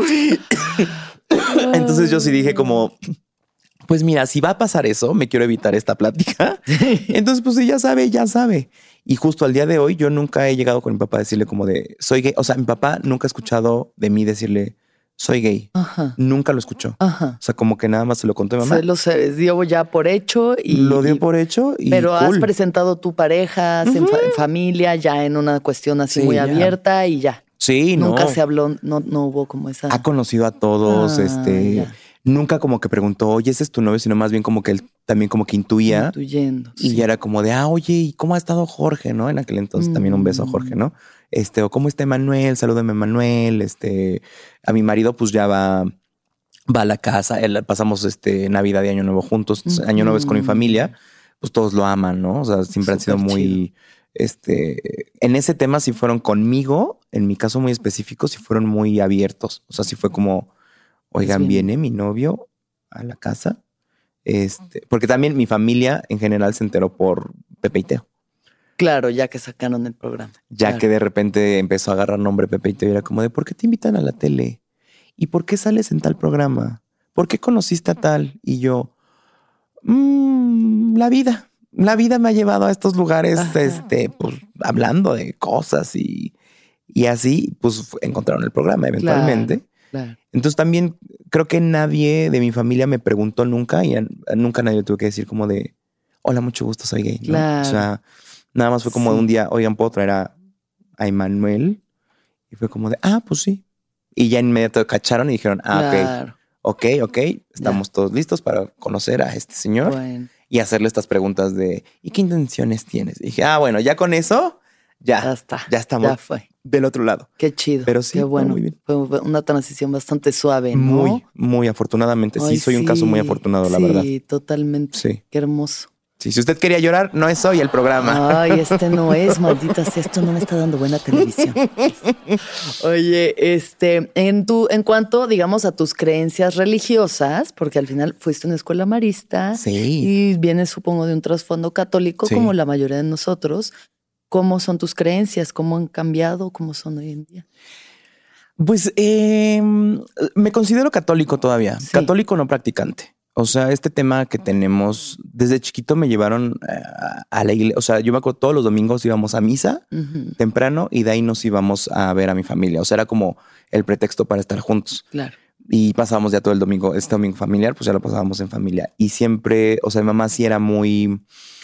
entonces yo sí dije como, pues mira, si va a pasar eso, me quiero evitar esta plática. Entonces, pues si ya sabe, ya sabe. Y justo al día de hoy, yo nunca he llegado con mi papá a decirle como de soy gay. O sea, mi papá nunca ha escuchado de mí decirle soy gay. Ajá. Nunca lo escuchó. Ajá. O sea, como que nada más se lo contó a mi mamá. Se lo dio ya por hecho. Lo dio por hecho. Pero cool. Has presentado tu pareja en familia, ya en una cuestión así muy abierta y ya. Sí, nunca se habló, no hubo como esa. Ha conocido a todos, ya. Nunca como que preguntó, oye, ese es tu novio, sino más bien como que él también como que intuía. Intuyendo. Y ya era como de, oye, ¿y cómo ha estado Jorge? ¿No? En aquel entonces también un beso a Jorge, ¿no? O ¿cómo está Emanuel? Salúdame, Emanuel. A mi marido pues ya va a la casa. Pasamos Navidad y Año Nuevo juntos. Año Nuevo es con mi familia. Pues todos lo aman, ¿no? O sea, siempre han sido muy... en ese tema sí fueron conmigo, en mi caso muy específico, sí fueron muy abiertos. O sea, sí fue como... Oigan, viene mi novio a la casa. Porque también mi familia en general se enteró por Pepe y Teo. Claro, ya que sacaron el programa. Ya que de repente empezó a agarrar nombre Pepe y Teo y era como de ¿por qué te invitan a la tele? ¿Y por qué sales en tal programa? ¿Por qué conociste a tal? Y yo, la vida. La vida me ha llevado a estos lugares, pues hablando de cosas y así, pues encontraron el programa eventualmente. Claro. Entonces también creo que nadie de mi familia me preguntó nunca y nunca nadie tuvo que decir como de hola, mucho gusto, soy gay, ¿no? Claro. O sea, nada más fue como de un día, oigan, ¿puedo traer a Emanuel? Y fue como de, pues sí. Y ya inmediato cacharon y dijeron, claro. ok, estamos todos listos para conocer a este señor y hacerle estas preguntas de ¿y qué intenciones tienes? Y dije, bueno, ya con eso, ya estamos. Ya fue. Del otro lado. Qué chido. Pero sí, qué bueno. Muy bien. Fue una transición bastante suave, ¿no? Muy, muy afortunadamente. Sí, soy un caso muy afortunado, la verdad. Sí, totalmente. Sí. Qué hermoso. Sí, si usted quería llorar, no es hoy el programa. Ay, no es, maldita sea, esto no me está dando buena televisión. Oye, en cuanto, digamos, a tus creencias religiosas, porque al final fuiste a una escuela marista. Sí. Y vienes, supongo, de un trasfondo católico, como la mayoría de nosotros. ¿Cómo son tus creencias? ¿Cómo han cambiado? ¿Cómo son hoy en día? Pues me considero católico todavía. Sí. Católico no practicante. O sea, este tema que tenemos desde chiquito me llevaron a la iglesia. O sea, yo me acuerdo todos los domingos íbamos a misa temprano y de ahí nos íbamos a ver a mi familia. O sea, era como el pretexto para estar juntos. Claro. Y pasábamos ya todo el domingo, domingo familiar, pues ya lo pasábamos en familia. Y siempre, o sea, mi mamá sí era muy...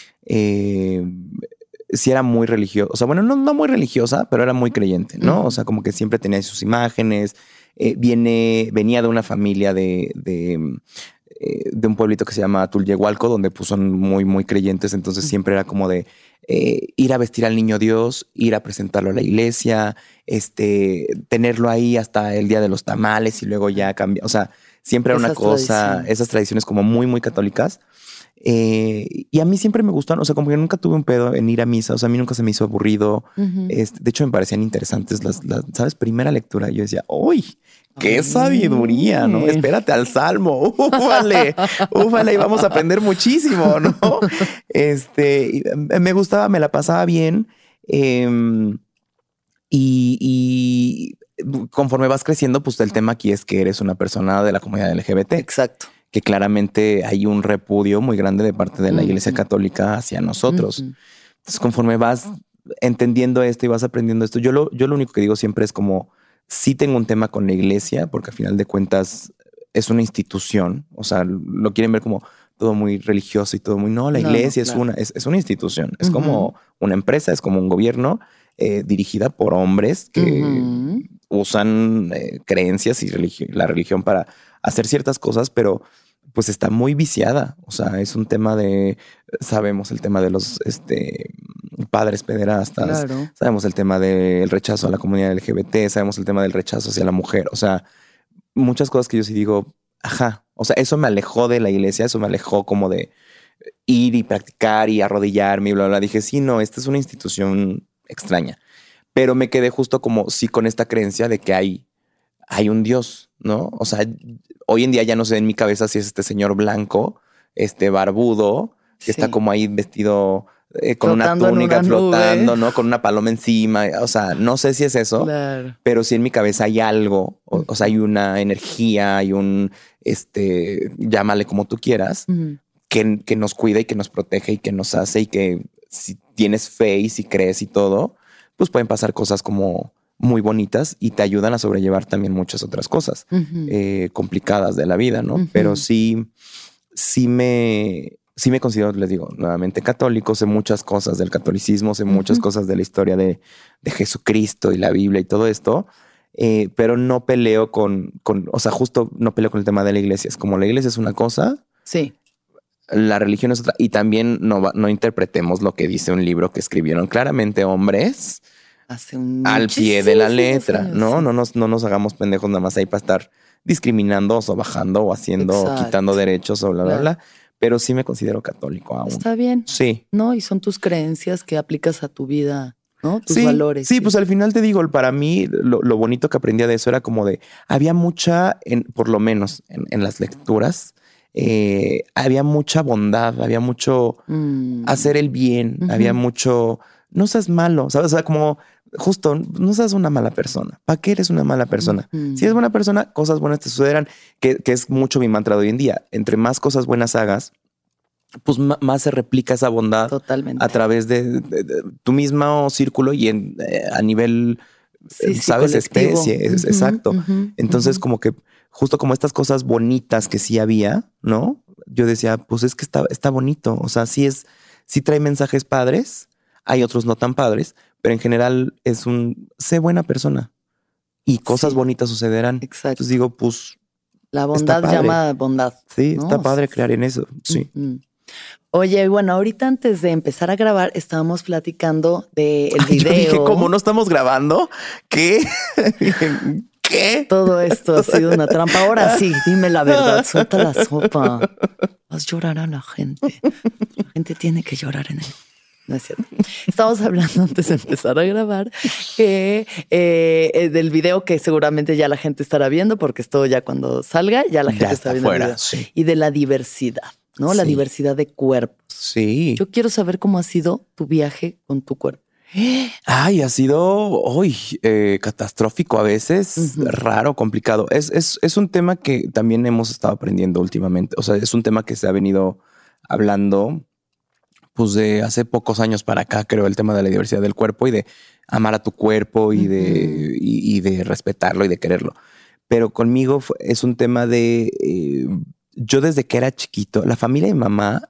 sí era muy religiosa, o sea, bueno, no muy religiosa, pero era muy creyente, ¿no? O sea, como que siempre tenía sus imágenes, venía de una familia de un pueblito que se llama Tulyehualco, donde pues son muy, muy creyentes, entonces siempre era como de ir a vestir al niño Dios, ir a presentarlo a la iglesia, tenerlo ahí hasta el día de los tamales y luego ya cambiar, o sea, siempre era una cosa, esas tradiciones como muy, muy católicas. Y a mí siempre me gustaron, o sea, como que nunca tuve un pedo en ir a misa, o sea, a mí nunca se me hizo aburrido. De hecho, me parecían interesantes las ¿sabes? Primera lectura. Yo decía, ¡uy! qué sabiduría, ¿no? Espérate al salmo, úfale, y vamos a aprender muchísimo, ¿no? Me gustaba, me la pasaba bien. Y conforme vas creciendo, pues el tema aquí es que eres una persona de la comunidad LGBT. Exacto. Que claramente hay un repudio muy grande de parte de la Iglesia Católica hacia nosotros. Entonces, conforme vas entendiendo esto y vas aprendiendo esto, yo lo único que digo siempre es como, sí tengo un tema con la Iglesia, porque al final de cuentas es una institución. O sea, lo quieren ver como todo muy religioso y todo muy... No, la Iglesia es una institución. Es como una empresa, es como un gobierno dirigida por hombres que usan creencias y la religión para hacer ciertas cosas, pero pues está muy viciada. O sea, es un tema sabemos el tema de los padres pederastas, sabemos el tema del rechazo a la comunidad LGBT, sabemos el tema del rechazo hacia la mujer. O sea, muchas cosas que yo sí digo, ajá. O sea, eso me alejó de la iglesia, eso me alejó como de ir y practicar y arrodillarme y bla, bla. Dije, sí, no, esta es una institución extraña. Pero me quedé justo como sí con esta creencia de que hay un Dios, ¿no? O sea, hoy en día ya no sé en mi cabeza si es este señor blanco, barbudo, que está como ahí vestido con flotando una túnica, flotando, ¿no? Con una paloma encima. O sea, no sé si es eso, pero sí en mi cabeza hay algo. O sea, hay una energía, hay un, llámale como tú quieras, que nos cuida y que nos protege y que nos hace y que si tienes fe y si crees y todo, pues pueden pasar cosas como muy bonitas y te ayudan a sobrellevar también muchas otras cosas complicadas de la vida, ¿no? Pero sí me considero, les digo, nuevamente católico, sé muchas cosas del catolicismo, sé muchas cosas de la historia de Jesucristo y la Biblia y todo esto, pero no peleo o sea, justo no peleo con el tema de la iglesia. Es como la iglesia es una cosa. Sí. La religión es otra. Y también no interpretemos lo que dice un libro que escribieron claramente hombres al pie de la letra, ¿no? No nos hagamos pendejos nada más ahí para estar discriminando o bajando o haciendo, quitando derechos o bla, bla, bla. Pero sí me considero católico aún. Está bien. Sí. No, y son tus creencias que aplicas a tu vida, ¿no? Tus valores. Sí, pues al final te digo, para mí lo bonito que aprendía de eso era como había mucha, por lo menos en las lecturas, había mucha bondad, había mucho hacer el bien, había mucho, no seas malo, ¿sabes? O sea, como justo, no seas una mala persona. ¿Para qué eres una mala persona? Si eres buena persona, cosas buenas te sucederán, que es mucho mi mantra de hoy en día. Entre más cosas buenas hagas, pues más se replica esa bondad. Totalmente. A través de tu mismo círculo y a nivel, sabes, especie. Exacto. Entonces, como que justo como estas cosas bonitas que sí había, ¿no? Yo decía, pues es que está bonito. O sea, sí trae mensajes padres. Hay otros no tan padres, pero en general sé buena persona y cosas bonitas sucederán. Exacto. Entonces digo, pues la bondad llama bondad. Sí, ¿no? Está padre crear en eso. Sí. Oye, bueno, ahorita antes de empezar a grabar estábamos platicando del video. Yo dije, ¿cómo no estamos grabando? ¿Qué? ¿Qué? Todo esto ha sido una trampa. Ahora sí, dime la verdad, suelta la sopa. Vas a llorar a la gente. La gente tiene que llorar en él. No es cierto. Estamos hablando antes de empezar a grabar del video que seguramente ya la gente estará viendo, porque esto ya cuando salga, ya la gente está viendo fuera, el video. Sí. Y de la diversidad, ¿no? Sí. La diversidad de cuerpos. Sí. Yo quiero saber cómo ha sido tu viaje con tu cuerpo. Ay, ha sido catastrófico a veces, raro, complicado. Es un tema que también hemos estado aprendiendo últimamente. O sea, es un tema que se ha venido hablando pues de hace pocos años para acá, creo, el tema de la diversidad del cuerpo y de amar a tu cuerpo y de respetarlo y de quererlo. Pero conmigo es un tema de yo desde que era chiquito, la familia de mi mamá,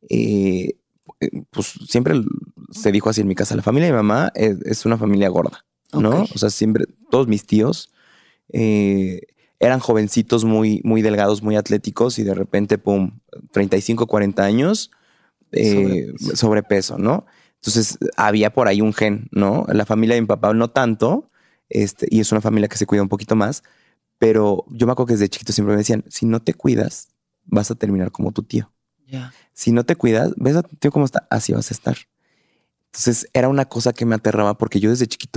pues siempre se dijo así en mi casa, la familia de mi mamá es una familia gorda, ¿no? Okay. O sea, siempre, todos mis tíos eran jovencitos muy, muy delgados, muy atléticos y de repente, pum, 35, 40 años, sobrepeso, ¿no? Entonces había por ahí un gen, ¿no? La familia de mi papá no tanto, y es una familia que se cuida un poquito más, pero yo me acuerdo que desde chiquito siempre me decían, si no te cuidas, vas a terminar como tu tío. Yeah. Si no te cuidas, ves a tu tío cómo está, así vas a estar. Entonces era una cosa que me aterraba porque yo desde chiquito,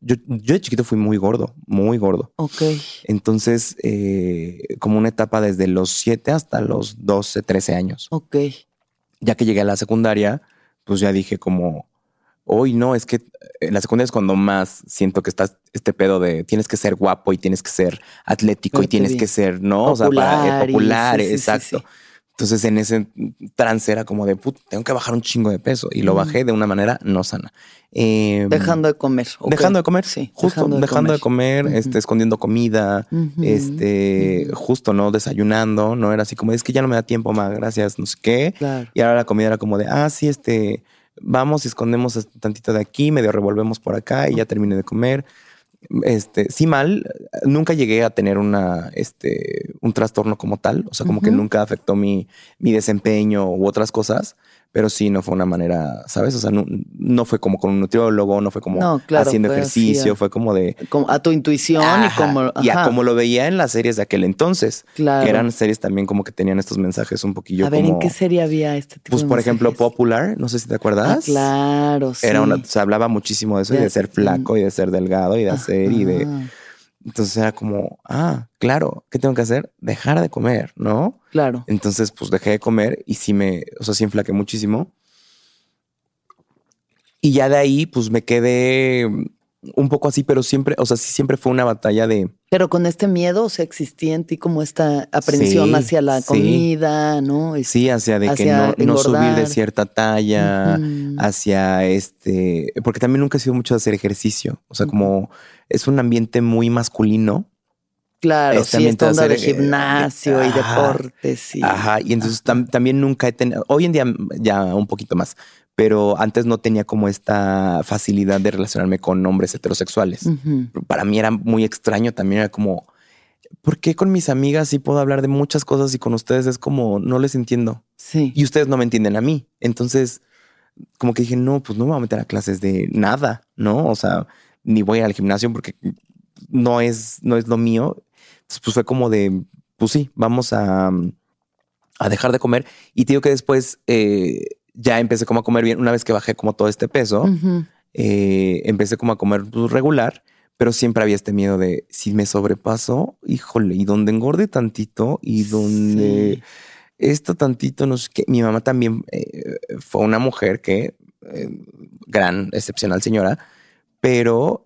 yo de chiquito fui muy gordo, muy gordo. Ok. Entonces, como una etapa desde los 7 hasta los 12, 13 años. Ok. Ya que llegué a la secundaria, pues ya dije como, hoy no, es que en la secundaria es cuando más siento que estás este pedo de tienes que ser guapo y tienes que ser atlético y tienes que ser, ¿no? Popular, o sea, para popular, sí, exacto. Sí. Entonces en ese trance era como de, tengo que bajar un chingo de peso y lo bajé de una manera no sana. Dejando de comer. Okay. Dejando de comer, sí. Justo, dejando de comer, escondiendo comida, justo, ¿no? Desayunando, ¿no? Era así como, es que ya no me da tiempo más, gracias, no sé qué. Claro. Y ahora la comida era como de, sí, vamos y escondemos tantito de aquí, medio revolvemos por acá y ya terminé de comer. Sí, mal, nunca llegué a tener un trastorno como tal, o sea, como que nunca afectó mi desempeño u otras cosas, pero sí no fue una manera, ¿sabes? O sea, no fue como con un nutriólogo, no fue como haciendo ejercicio, fue como de... Como a tu intuición y como... Y a como lo veía en las series de aquel entonces, que eran series también como que tenían estos mensajes un poquillo como... A ver, ¿en qué serie había este tipo de por ejemplo, Popular, no sé si te acuerdas. Claro, sí. Se hablaba muchísimo de eso, y de ser flaco y de ser delgado y de hacer y de... Entonces era como, claro, ¿qué tengo que hacer? Dejar de comer, ¿no? Claro. Entonces, pues dejé de comer y sí enflaqué muchísimo. Y ya de ahí, pues me quedé un poco así, pero siempre, o sea, sí siempre fue una batalla de... Pero con este miedo, o sea, existía en ti como esta aprensión hacia la comida, ¿no? Sí, hacia que no subir de cierta talla, hacia porque también nunca he sido mucho de hacer ejercicio. O sea, como es un ambiente muy masculino. Claro, sí, esta onda de gimnasio y deportes. Y entonces también nunca he tenido, hoy en día ya un poquito más, pero antes no tenía como esta facilidad de relacionarme con hombres heterosexuales. Para mí era muy extraño, también era como, ¿por qué con mis amigas sí puedo hablar de muchas cosas y con ustedes es como, no les entiendo? Sí. Y ustedes no me entienden a mí. Entonces, como que dije, no, pues no me voy a meter a clases de nada, ¿no? O sea, ni voy al gimnasio porque no es lo mío. Entonces, pues fue como de, pues sí, vamos a dejar de comer. Y te digo que después ya empecé como a comer bien. Una vez que bajé como todo este peso, empecé como a comer regular, pero siempre había este miedo de si me sobrepaso, híjole, y donde engorde tantito y donde esto tantito, no sé qué. Mi mamá también fue una mujer que, gran, excepcional señora, pero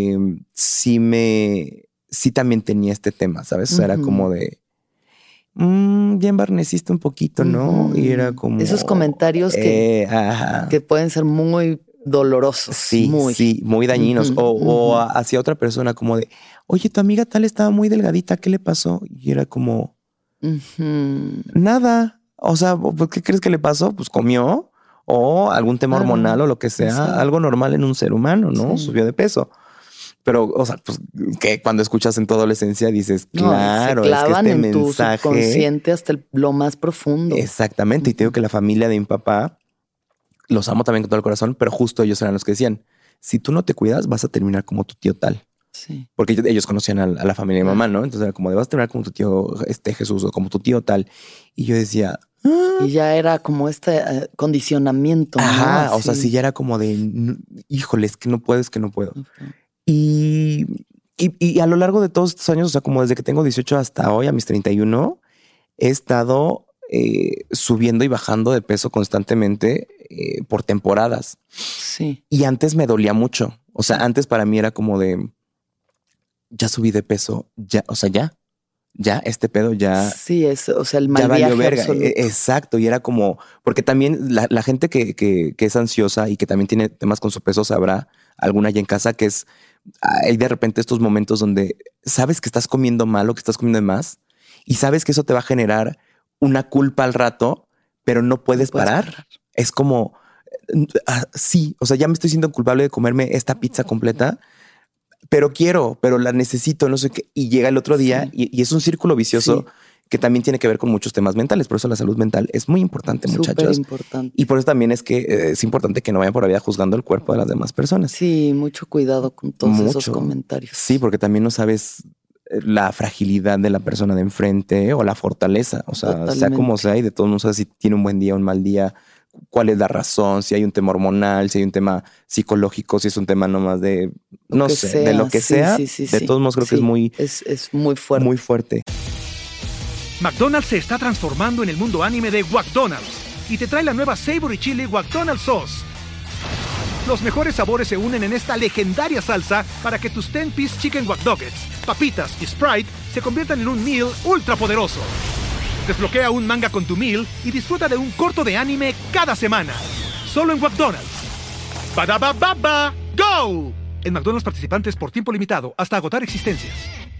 sí también tenía este tema, ¿sabes? O sea, era como de, ya embarneciste un poquito, ¿no? Y era como... Esos comentarios que pueden ser muy dolorosos. Sí, muy dañinos. O hacia otra persona como de, oye, tu amiga tal estaba muy delgadita, ¿qué le pasó? Y era como, nada. O sea, ¿qué crees que le pasó? Pues comió o algún tema hormonal o lo que sea, algo normal en un ser humano, ¿no? Subió de peso. Pero, o sea, pues que cuando escuchas en tu adolescencia dices, claro, se clavan es que en tu subconsciente hasta lo más profundo. Exactamente. Y te digo que la familia de mi papá, los amo también con todo el corazón, pero justo ellos eran los que decían, si tú no te cuidas, vas a terminar como tu tío tal. Sí. Porque ellos conocían a la familia de mi mamá, ¿no? Entonces era como de, vas a terminar como tu tío Jesús o como tu tío tal. Y yo decía... Y ya era como este condicionamiento. Ajá, ¿no? o sea, sí ya era como de, híjole, es que no puedo. Okay. Y a lo largo de todos estos años, o sea, como desde que tengo 18 hasta hoy, a mis 31, he estado subiendo y bajando de peso constantemente por temporadas. Sí. Y antes me dolía mucho. O sea, antes para mí era como de, ya subí de peso, ya, o sea, ya este pedo ya. Sí, o sea, el mal viaje verga. Absoluto. Exacto. Y era como, porque también la gente que es ansiosa y que también tiene temas con su peso sabrá, alguna ya en casa, que es, hay de repente estos momentos donde sabes que estás comiendo mal o que estás comiendo de más y sabes que eso te va a generar una culpa al rato, pero no puedes parar. Es como, sí, o sea, ya me estoy sintiendo culpable de comerme esta pizza completa, pero la necesito, no sé qué. Y llega el otro día y es un círculo vicioso que también tiene que ver con muchos temas mentales. Por eso la salud mental es muy importante, muchachos. Súper importante. Y por eso también es que es importante que no vayan por la vida juzgando el cuerpo de las demás personas. Sí, mucho cuidado con todos esos comentarios. Sí, porque también no sabes la fragilidad de la persona de enfrente o la fortaleza. O sea, sea como sea, y de todos no sabes si tiene un buen día o un mal día cuál es la razón, si hay un tema hormonal, si hay un tema psicológico, si es un tema nomás de, no sé, sea, de lo que sea. De todos modos creo que es muy fuerte. Muy fuerte. McDonald's se está transformando en el mundo anime de McDonald's y te trae la nueva Savory Chili McDonald's Sauce. Los mejores sabores se unen en esta legendaria salsa para que tus 10-piece chicken wack nuggets, papitas y Sprite se conviertan en un meal ultra poderoso. Desbloquea un manga con tu meal y disfruta de un corto de anime cada semana. Solo en McDonald's. ¡Badabababa! ¡Go! En McDonald's participantes por tiempo limitado hasta agotar existencias.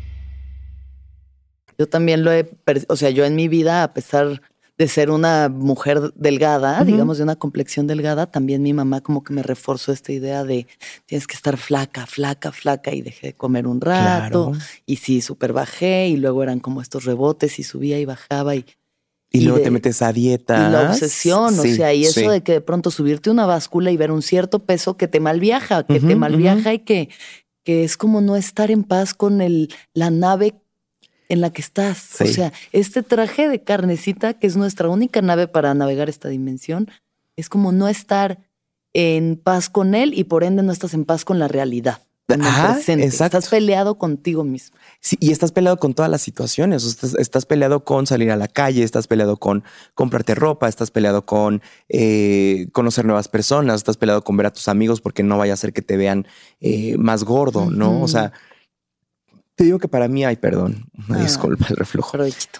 Yo también yo en mi vida, a pesar de ser una mujer delgada, digamos de una complexión delgada, también mi mamá como que me reforzó esta idea de tienes que estar flaca, flaca, flaca, y dejé de comer un rato, y sí, súper bajé, y luego eran como estos rebotes y subía y bajaba y luego te metes a dieta. Y la obsesión, o sea, y eso de que de pronto subirte una báscula y ver un cierto peso que te malviaja, y que es como no estar en paz con la nave en la que estás. Sí. O sea, este traje de carnecita, que es nuestra única nave para navegar esta dimensión, es como no estar en paz con él y por ende no estás en paz con la realidad. Presente. Exacto. Estás peleado contigo mismo. Sí, y estás peleado con todas las situaciones. Estás peleado con salir a la calle, estás peleado con comprarte ropa, estás peleado con conocer nuevas personas, estás peleado con ver a tus amigos porque no vaya a ser que te vean más gordo, ¿no? O sea, te digo que para mí, disculpa el reflujo.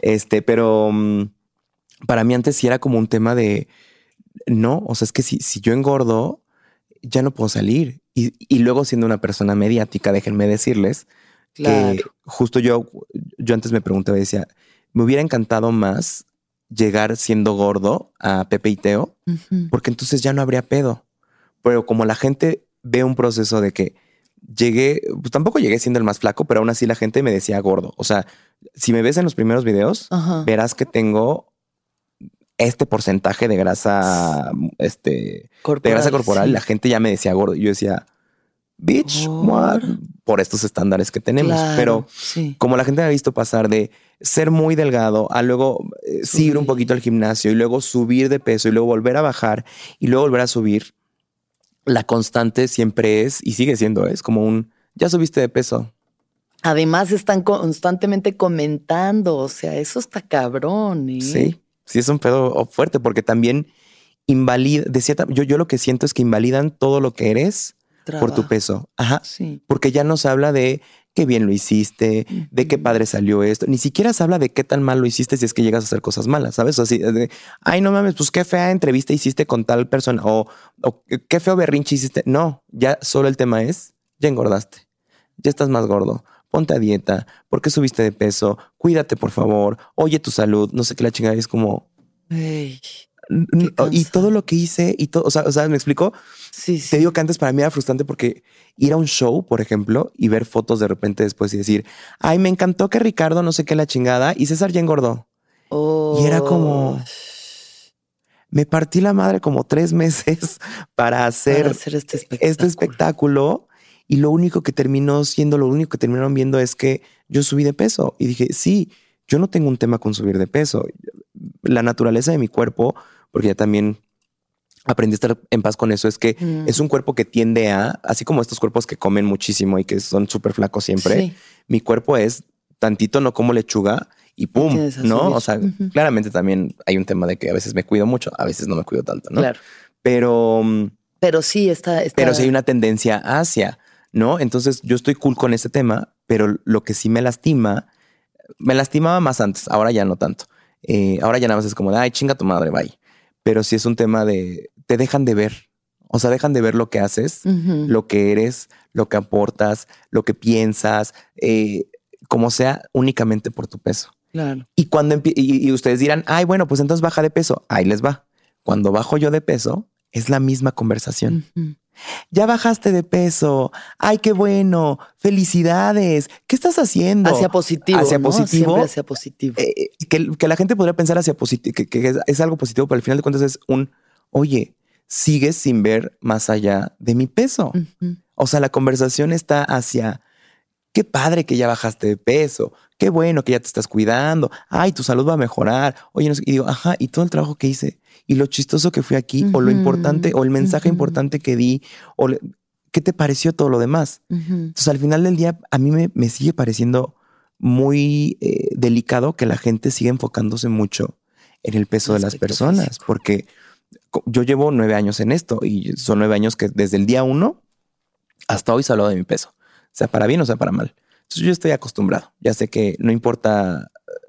Pero para mí antes sí era como un tema de no, o sea, es que si yo engordo, ya no puedo salir. Y luego siendo una persona mediática, déjenme decirles que justo yo antes me preguntaba y decía, me hubiera encantado más llegar siendo gordo a Pepe y Teo, porque entonces ya no habría pedo. Pero como la gente ve un proceso de que llegué, pues tampoco llegué siendo el más flaco, pero aún así la gente me decía gordo. O sea, si me ves en los primeros videos, verás que tengo este porcentaje de grasa, corporal. Sí. La gente ya me decía gordo. Y yo decía, bitch, what? Por estos estándares que tenemos. Claro, pero como la gente me ha visto pasar de ser muy delgado a luego ir un poquito al gimnasio y luego subir de peso y luego volver a bajar y luego volver a subir, la constante siempre es y sigue siendo, es como ya subiste de peso. Además están constantemente comentando, o sea, eso está cabrón, ¿eh? Sí, es un pedo fuerte porque también invalida, yo lo que siento es que invalidan todo lo que eres por tu peso. Ajá. Sí. Porque ya no se habla de qué bien lo hiciste, de qué padre salió esto. Ni siquiera se habla de qué tan mal lo hiciste si es que llegas a hacer cosas malas, ¿sabes? O así, ay, no mames, pues qué fea entrevista hiciste con tal persona o qué feo berrinche hiciste. No, ya solo el tema es, ya engordaste, ya estás más gordo. Ponte a dieta, ¿por qué subiste de peso? Cuídate, por favor. Oye, tu salud. No sé qué la chingada es como... Hey, y todo lo que hice y todo, o sea, ¿me explico? Sí. Te digo que antes para mí era frustrante porque ir a un show, por ejemplo, y ver fotos de repente después y decir, ay, me encantó que Ricardo no sé qué la chingada y César ya engordó. Y era como... Me partí la madre como 3 meses para hacer este espectáculo. Y lo único que terminaron viendo es que yo subí de peso. Y dije, sí, yo no tengo un tema con subir de peso. La naturaleza de mi cuerpo, porque ya también aprendí a estar en paz con eso, es que es un cuerpo que tiende así como estos cuerpos que comen muchísimo y que son súper flacos siempre, mi cuerpo es tantito, no como lechuga y pum, ¿no? O sea, claramente también hay un tema de que a veces me cuido mucho, a veces no me cuido tanto, ¿no? Claro. Pero sí está... Pero sí hay una tendencia hacia... ¿no? Entonces yo estoy cool con ese tema, pero lo que sí me lastimaba más antes, ahora ya no tanto. Ahora ya nada más es como de, ay, chinga tu madre, bye. Pero sí es un tema de, te dejan de ver. O sea, dejan de ver lo que haces, lo que eres, lo que aportas, lo que piensas, como sea, únicamente por tu peso. Claro. Y cuando y ustedes dirán, ay, bueno, pues entonces baja de peso. Ahí les va. Cuando bajo yo de peso, es la misma conversación. Ya bajaste de peso. Ay, qué bueno. Felicidades. ¿Qué estás haciendo? Hacia positivo. Hacia ¿no? positivo. Siempre hacia positivo. Que la gente podría pensar hacia positivo, que es algo positivo, pero al final de cuentas es oye, sigues sin ver más allá de mi peso. O sea, la conversación está hacia qué padre que ya bajaste de peso, qué bueno que ya te estás cuidando, ay, tu salud va a mejorar, oye, no sé, y digo, ajá, y todo el trabajo que hice, y lo chistoso que fui aquí, o lo importante, o el mensaje importante que di, ¿qué te pareció todo lo demás? Entonces, al final del día, a mí me sigue pareciendo muy delicado que la gente siga enfocándose mucho en el peso de las personas, físico. Porque yo llevo 9 años en esto y son 9 años que desde el día 1 hasta hoy se ha hablado de mi peso, sea para bien o sea para mal. Entonces yo estoy acostumbrado. Ya sé que no importa.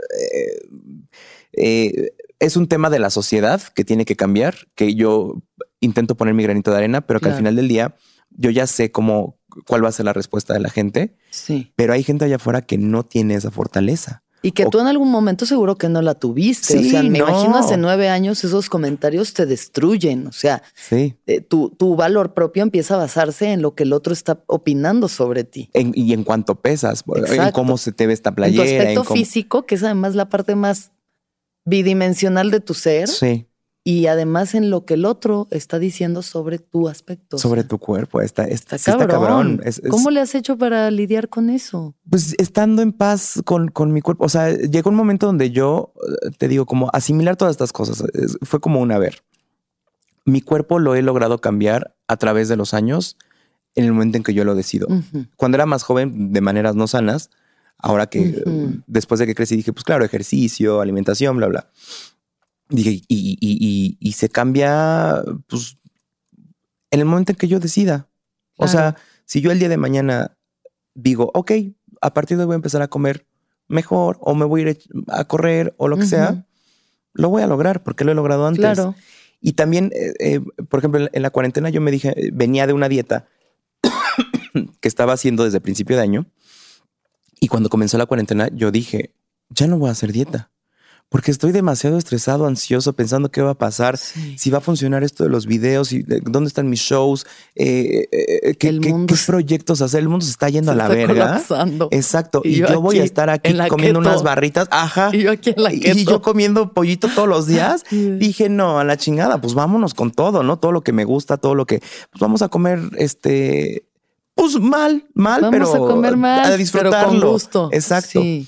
Es un tema de la sociedad que tiene que cambiar, que yo intento poner mi granito de arena, pero que al final del día yo ya sé cuál va a ser la respuesta de la gente. Sí. Pero hay gente allá afuera que no tiene esa fortaleza. Y que tú en algún momento seguro que no la tuviste. Sí, o sea, me imagino hace 9 años esos comentarios te destruyen. O sea, tu valor propio empieza a basarse en lo que el otro está opinando sobre ti. Y en cuánto pesas, en cómo se te ve esta playera. En tu aspecto físico, que es además la parte más bidimensional de tu ser. Sí. Y además en lo que el otro está diciendo sobre tu aspecto. Sobre tu cuerpo. Está cabrón. ¿Cómo le has hecho para lidiar con eso? Pues estando en paz con mi cuerpo. O sea, llegó un momento donde yo, te digo, como asimilar todas estas cosas. Fue como mi cuerpo lo he logrado cambiar a través de los años en el momento en que yo lo decido. Cuando era más joven, de maneras no sanas, ahora que después de que crecí dije, pues claro, ejercicio, alimentación, bla, bla. Dije, y se cambia pues en el momento en que yo decida. O sea, si yo el día de mañana digo, ok, a partir de hoy voy a empezar a comer mejor o me voy a ir a correr o lo que sea, lo voy a lograr porque lo he logrado antes. Claro. Y también, por ejemplo, en la cuarentena yo me dije, venía de una dieta que estaba haciendo desde el principio de año. Y cuando comenzó la cuarentena, yo dije, ya no voy a hacer dieta. Porque estoy demasiado estresado, ansioso, pensando qué va a pasar, si va a funcionar esto de los videos, dónde están mis shows, qué proyectos hacer. El mundo se está yendo a la verga. Colapsando. Exacto. Y yo voy a estar aquí comiendo unas barritas. Ajá. Y yo aquí en la keto. Y yo comiendo pollito todos los días. Dije, no, a la chingada, pues vámonos con todo, ¿no? Todo lo que me gusta, todo lo que... Pues vamos a comer, pues mal, vamos pero a comer mal, a disfrutarlo. Pero con gusto. Exacto. Sí.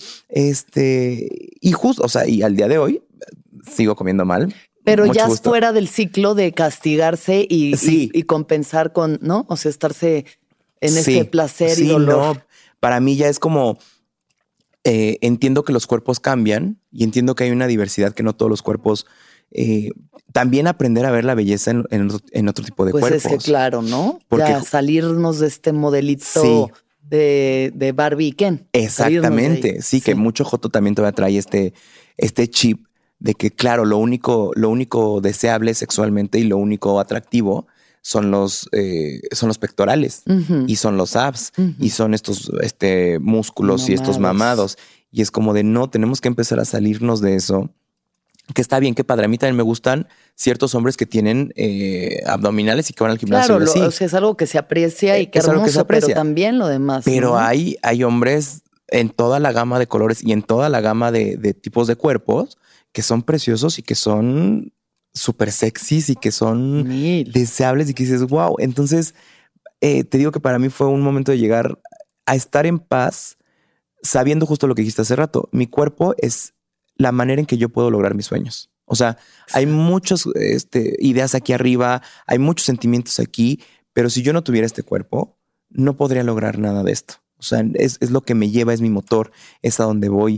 Y justo, o sea, y al día de hoy sigo comiendo mal. Pero ya es fuera del ciclo de castigarse y compensar con, ¿no? O sea, estarse en este placer y dolor. No, para mí ya es como, entiendo que los cuerpos cambian y entiendo que hay una diversidad que no todos los cuerpos... también aprender a ver la belleza en otro tipo de cuerpos. Pues es que claro, ¿no? Porque ya salirnos de este modelito de Barbie y Ken. Exactamente. Sí, que mucho joto también todavía trae este chip de que, claro, lo único deseable sexualmente y lo único atractivo son los pectorales y son los abs y son estos músculos mamados. Y estos mamados. Y es como de no, tenemos que empezar a salirnos de eso. Que está bien, que padre. A mí también me gustan ciertos hombres que tienen abdominales y que van al gimnasio. Claro, o sea, es algo que se aprecia y que es hermoso, que pero también lo demás. Pero ¿no? hay hombres en toda la gama de colores y en toda la gama de tipos de cuerpos que son preciosos y que son súper sexys y que son deseables y que dices, wow. Entonces, te digo que para mí fue un momento de llegar a estar en paz sabiendo justo lo que dijiste hace rato. Mi cuerpo es la manera en que yo puedo lograr mis sueños. O sea, hay muchas ideas aquí arriba, hay muchos sentimientos aquí, pero si yo no tuviera este cuerpo, no podría lograr nada de esto. O sea, es lo que me lleva, es mi motor, es a donde voy.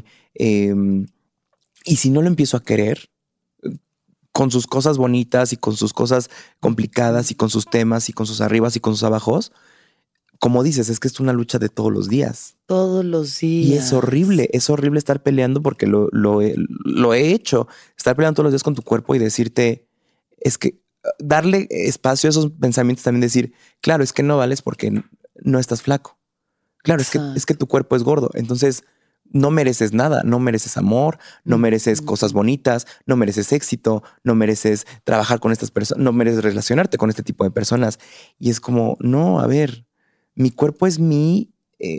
Y si no lo empiezo a querer, con sus cosas bonitas y con sus cosas complicadas y con sus temas y con sus arribas y con sus abajos, como dices, es que es una lucha de todos los días. Todos los días. Y es horrible estar peleando porque lo he hecho. Estar peleando todos los días con tu cuerpo y decirte, es que darle espacio a esos pensamientos, también decir, claro, es que no vales porque no estás flaco. Claro, es que tu cuerpo es gordo. Entonces no mereces nada, no mereces amor, no mereces cosas bonitas, no mereces éxito, no mereces trabajar con estas personas, no mereces relacionarte con este tipo de personas. Y es como, no, a ver, mi cuerpo es mi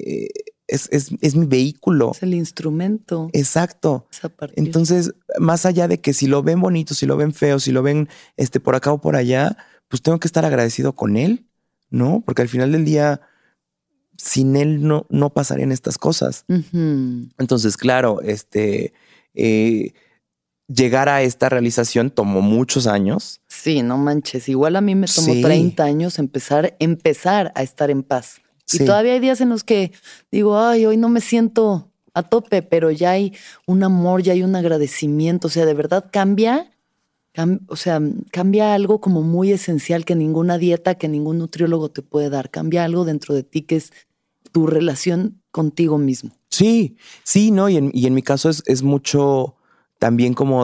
vehículo. Es el instrumento. Exacto. Entonces, más allá de que si lo ven bonito, si lo ven feo, si lo ven por acá o por allá, pues tengo que estar agradecido con él, ¿no? Porque al final del día, sin él no pasarían estas cosas. Entonces, claro, llegar a esta realización tomó muchos años. Sí, no manches. Igual a mí me tomó 30 años empezar a estar en paz. Y todavía hay días en los que digo, ay, hoy no me siento a tope, pero ya hay un amor, ya hay un agradecimiento. O sea, de verdad cambia algo como muy esencial que ninguna dieta, que ningún nutriólogo te puede dar. Cambia algo dentro de ti que es tu relación contigo mismo. Sí, ¿no? Y en mi caso es mucho también como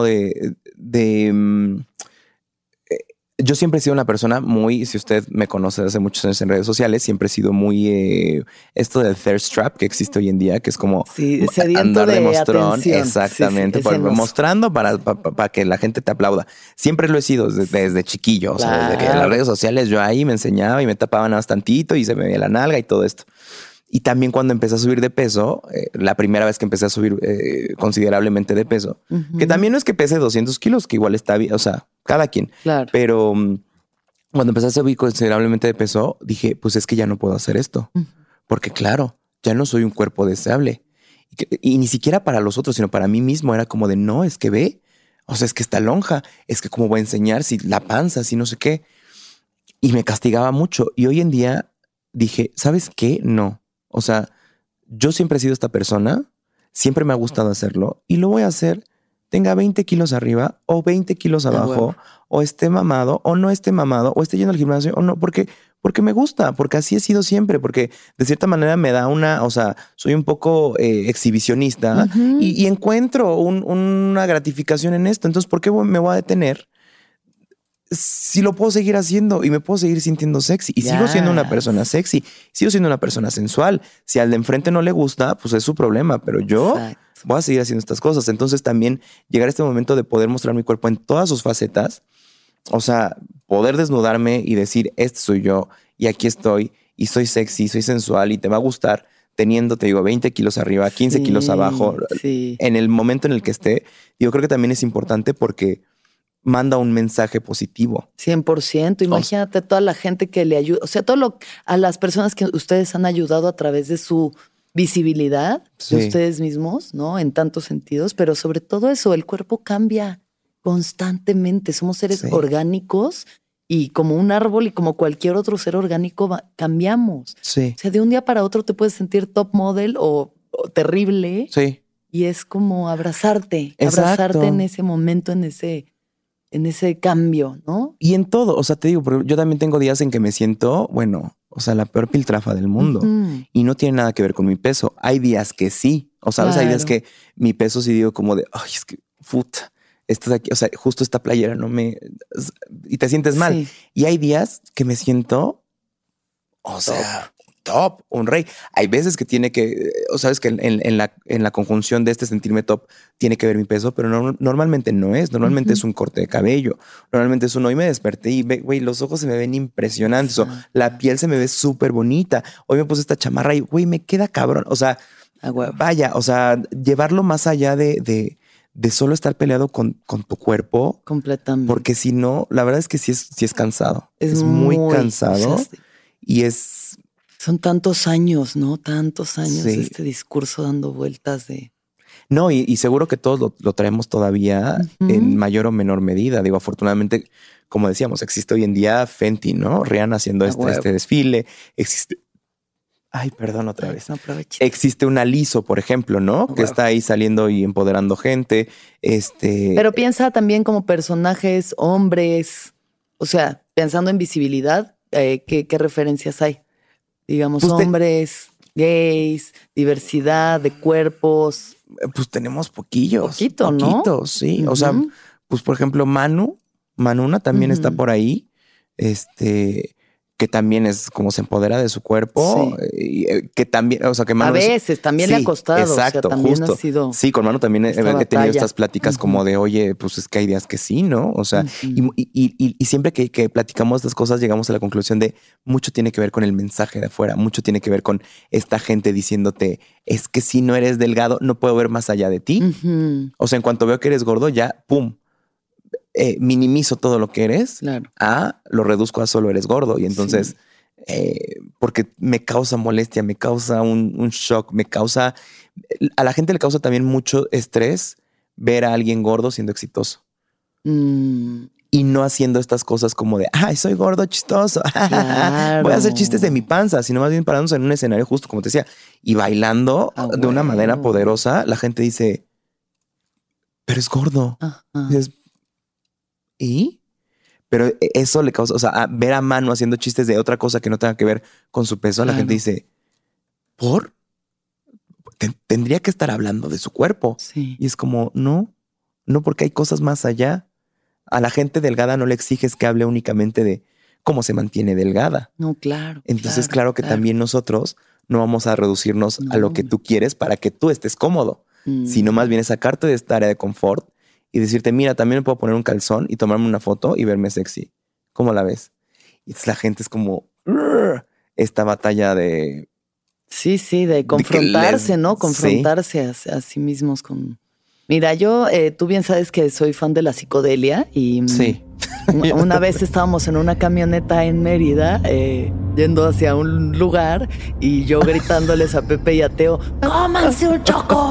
yo siempre he sido una persona muy, si usted me conoce desde hace muchos años en redes sociales, siempre he sido muy esto del thirst trap que existe hoy en día, que es como andar de mostrón. Exactamente, mostrando para que la gente te aplauda. Siempre lo he sido desde chiquillo. O sea, desde que en las redes sociales yo ahí me enseñaba y me tapaban bastantito y se me veía la nalga y todo esto. Y también cuando empecé a subir de peso, la primera vez que empecé a subir considerablemente de peso, que también no es que pese 200 kilos, que igual está bien, o sea, cada quien. Claro. Pero cuando empecé a subir considerablemente de peso, dije, pues es que ya no puedo hacer esto. Porque claro, ya no soy un cuerpo deseable. Y ni siquiera para los otros, sino para mí mismo era como de, no, es que ve, o sea, es que esta lonja, es que cómo voy a enseñar si la panza, si no sé qué. Y me castigaba mucho. Y hoy en día dije, ¿sabes qué? No. O sea, yo siempre he sido esta persona, siempre me ha gustado hacerlo y lo voy a hacer, tenga 20 kilos arriba o 20 kilos abajo, o esté mamado o no esté mamado, o esté yendo al gimnasio o no, porque me gusta, porque así he sido siempre, porque de cierta manera me da soy un poco exhibicionista y encuentro una gratificación en esto. Entonces, ¿por qué me voy a detener? Si lo puedo seguir haciendo y me puedo seguir sintiendo sexy y sigo siendo una persona sexy, sigo siendo una persona sensual. Si al de enfrente no le gusta, pues es su problema, pero yo voy a seguir haciendo estas cosas. Entonces también llegar a este momento de poder mostrar mi cuerpo en todas sus facetas, o sea, poder desnudarme y decir, este soy yo y aquí estoy y soy sexy, soy sensual y te va a gustar teniendo, te digo, 20 kilos arriba, 15 kilos abajo, en el momento en el que esté. Yo creo que también es importante porque manda un mensaje positivo. 100%. Imagínate toda la gente que le ayuda, o sea, a las personas que ustedes han ayudado a través de su visibilidad de ustedes mismos, ¿no? En tantos sentidos, pero sobre todo eso, el cuerpo cambia constantemente. Somos seres orgánicos y como un árbol y como cualquier otro ser orgánico cambiamos. Sí. O sea, de un día para otro te puedes sentir top model o terrible. Sí. Y es como abrazarte en ese momento, en ese cambio, ¿no? Y en todo, o sea, te digo, porque yo también tengo días en que me siento, bueno, o sea, la peor piltrafa del mundo y no tiene nada que ver con mi peso. Hay días que sí, o sabes, hay días que mi peso sí digo como de, ay, es que, puta, estás aquí, o sea, justo esta playera y te sientes mal. Sí. Y hay días que me siento, o sea, top, un rey. Hay veces que tiene que, o sabes que en la conjunción de sentirme top tiene que ver mi peso, pero normalmente no es. Normalmente es un corte de cabello. Normalmente es hoy me desperté y güey, los ojos se me ven impresionantes. O la piel se me ve súper bonita. Hoy me puse esta chamarra y güey, me queda cabrón. O sea, vaya, o sea, llevarlo más allá de solo estar peleado con tu cuerpo. Completamente. Porque si no, la verdad es que sí es cansado. Es muy cansado y son tantos años, ¿no? Tantos años este discurso dando vueltas de... No, y seguro que todos lo traemos todavía en mayor o menor medida. Digo, afortunadamente, como decíamos, existe hoy en día Fenty, ¿no? Rihanna haciendo este desfile. Existe... Ay, perdón, otra vez. No, existe una Lizzo, por ejemplo, ¿no? Que está ahí saliendo y empoderando gente. Pero piensa también como personajes, hombres. O sea, pensando en visibilidad, ¿qué referencias hay? Digamos, pues hombres, gays, diversidad de cuerpos. Pues tenemos poquito, ¿no? Sí. O sea, pues por ejemplo, Manuna también está por ahí. Que también es como se empodera de su cuerpo, que también, o sea, que Manu... A veces también le ha costado. Exacto, o sea, también justo. Ha sido sí, con Manu también he tenido estas pláticas como de, oye, pues es que hay días que sí, ¿no? O sea, y siempre que platicamos estas cosas llegamos a la conclusión de mucho tiene que ver con el mensaje de afuera, mucho tiene que ver con esta gente diciéndote, es que si no eres delgado, no puedo ver más allá de ti. O sea, en cuanto veo que eres gordo, ya, pum, minimizo todo lo que eres, claro. lo reduzco a solo eres gordo. Y entonces porque me causa molestia, me causa un shock, a la gente le causa también mucho estrés ver a alguien gordo siendo exitoso. Y no haciendo estas cosas como de, ay, soy gordo, chistoso. Claro. Voy a hacer chistes de mi panza, sino más bien parándose en un escenario justo como te decía y bailando de una manera poderosa. La gente dice, pero es gordo. Dices, ¿y? Pero eso le causa, o sea, ver a Manu haciendo chistes de otra cosa que no tenga que ver con su peso, la gente dice, ¿por? Tendría que estar hablando de su cuerpo. Sí. Y es como, no, porque hay cosas más allá. A la gente delgada no le exiges que hable únicamente de cómo se mantiene delgada. No, claro. Entonces, claro que también nosotros no vamos a reducirnos a lo que tú quieres para que tú estés cómodo, sino más bien es sacarte de esta área de confort y decirte, mira, también me puedo poner un calzón y tomarme una foto y verme sexy. ¿Cómo la ves? Y la gente es como esta batalla de... Sí, de confrontarse, ¿no? Confrontarse a sí mismos con... Mira, yo, tú bien sabes que soy fan de la psicodelia y una vez estábamos en una camioneta en Mérida yendo hacia un lugar y yo gritándoles a Pepe y a Teo, ¡cómanse un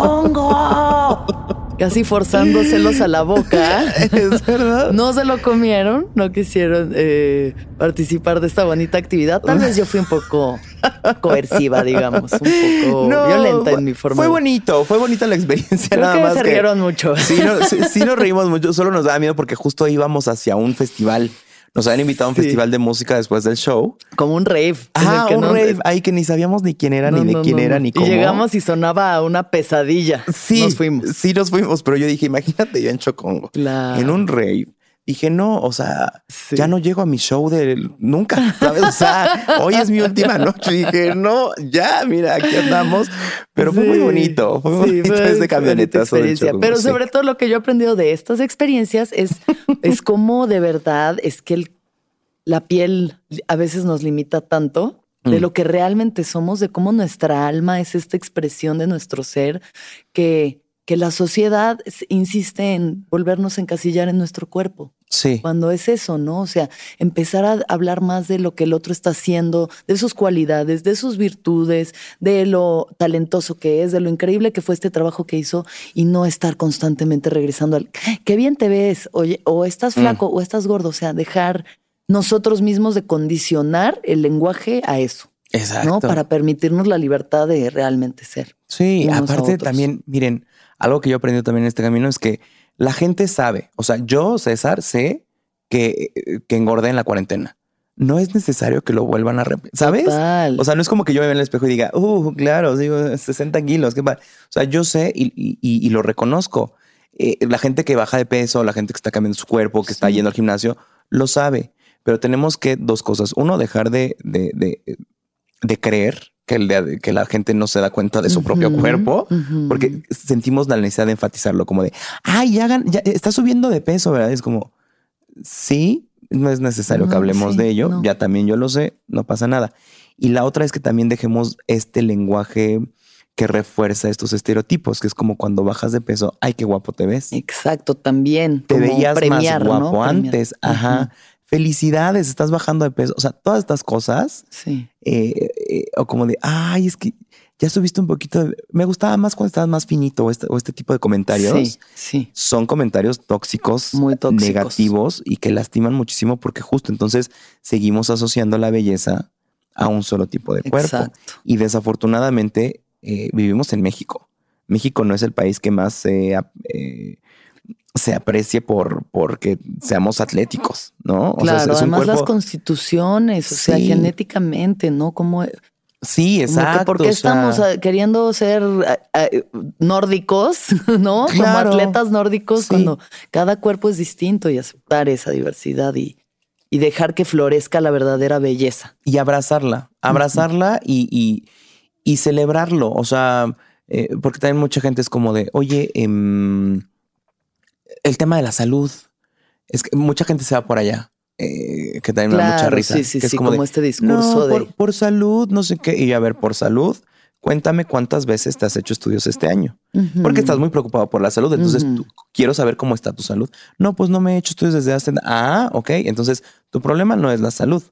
chocongo! Casi forzándoselos a la boca. ¿Es verdad? No se lo comieron, no quisieron participar de esta bonita actividad. Tal vez yo fui un poco coerciva, digamos, un poco violenta en mi forma. Fue bonita la experiencia. Creo nada que más se rieron mucho. Sí, nos reímos mucho, solo nos daba miedo porque justo íbamos hacia un festival. Nos habían invitado a un festival de música después del show. Como un rave. Rave. Ahí que ni sabíamos ni quién era, ni de quién era, ni cómo. Y llegamos y sonaba una pesadilla. Sí, nos fuimos. Pero yo dije, imagínate yo en Chocongo. Claro. En un rave. Dije, no, o sea, ya no llego a mi show nunca, ¿sabes? O sea, hoy es mi última noche. Dije, no, ya, mira, aquí andamos. Pero fue muy bonito. Fue muy bonito ese camionetazo del Chocongo. Pero sobre todo lo que yo he aprendido de estas experiencias es cómo de verdad es que la piel a veces nos limita tanto de lo que realmente somos, de cómo nuestra alma es esta expresión de nuestro ser que la sociedad insiste en volvernos a encasillar en nuestro cuerpo. Sí. Cuando es eso, ¿no? O sea, empezar a hablar más de lo que el otro está haciendo, de sus cualidades, de sus virtudes, de lo talentoso que es, de lo increíble que fue este trabajo que hizo y no estar constantemente regresando al qué bien te ves, oye, o estás flaco o estás gordo. O sea, dejar nosotros mismos de condicionar el lenguaje a eso. Exacto. ¿No? Para permitirnos la libertad de realmente ser. Sí, aparte también, miren, algo que yo he aprendido también en este camino es que la gente sabe, o sea, yo, César, sé que engordé en la cuarentena. No es necesario que lo vuelvan a repetir, ¿sabes? Total. O sea, no es como que yo me vea en el espejo y diga, claro, digo, 60 kilos. O sea, yo sé y lo reconozco. La gente que baja de peso, la gente que está cambiando su cuerpo, que está yendo al gimnasio, lo sabe. Pero tenemos que dos cosas. Uno, dejar de creer que la gente no se da cuenta de su propio cuerpo, porque sentimos la necesidad de enfatizarlo, como de, ay, ya está subiendo de peso, ¿verdad? Es como, sí, no es necesario que hablemos de ello, ya también yo lo sé, no pasa nada. Y la otra es que también dejemos este lenguaje que refuerza estos estereotipos, que es como cuando bajas de peso, ay, qué guapo te ves. Exacto, también. Te veías premiar, más guapo, ¿no? Antes, Premiar. Ajá. Felicidades, estás bajando de peso. O sea, todas estas cosas. Sí. O como de, ay, es que ya subiste un poquito. Me gustaba más cuando estabas más finito o este tipo de comentarios. Sí. Son comentarios tóxicos, muy tóxicos, negativos y que lastiman muchísimo porque justo entonces seguimos asociando la belleza a un solo tipo de cuerpo. Exacto. Y desafortunadamente vivimos en México. México no es el país que más se aprecie porque seamos atléticos, ¿no? Claro, o sea, además las constituciones, o sea, genéticamente, ¿no? Como sí, exacto. ¿Por qué estamos queriendo ser nórdicos, no? Claro, como atletas nórdicos, cuando cada cuerpo es distinto, y aceptar esa diversidad y dejar que florezca la verdadera belleza. Y abrazarla y celebrarlo. O sea, porque también mucha gente es como de, oye, el tema de la salud, es que mucha gente se va por allá, que también me da mucha risa. Sí, que es como este discurso de... Por salud, no sé qué. Y a ver, por salud, cuéntame cuántas veces te has hecho estudios este año. Porque estás muy preocupado por la salud. Entonces, quiero saber cómo está tu salud. No, pues no me he hecho estudios desde hace... ok. Entonces, tu problema no es la salud.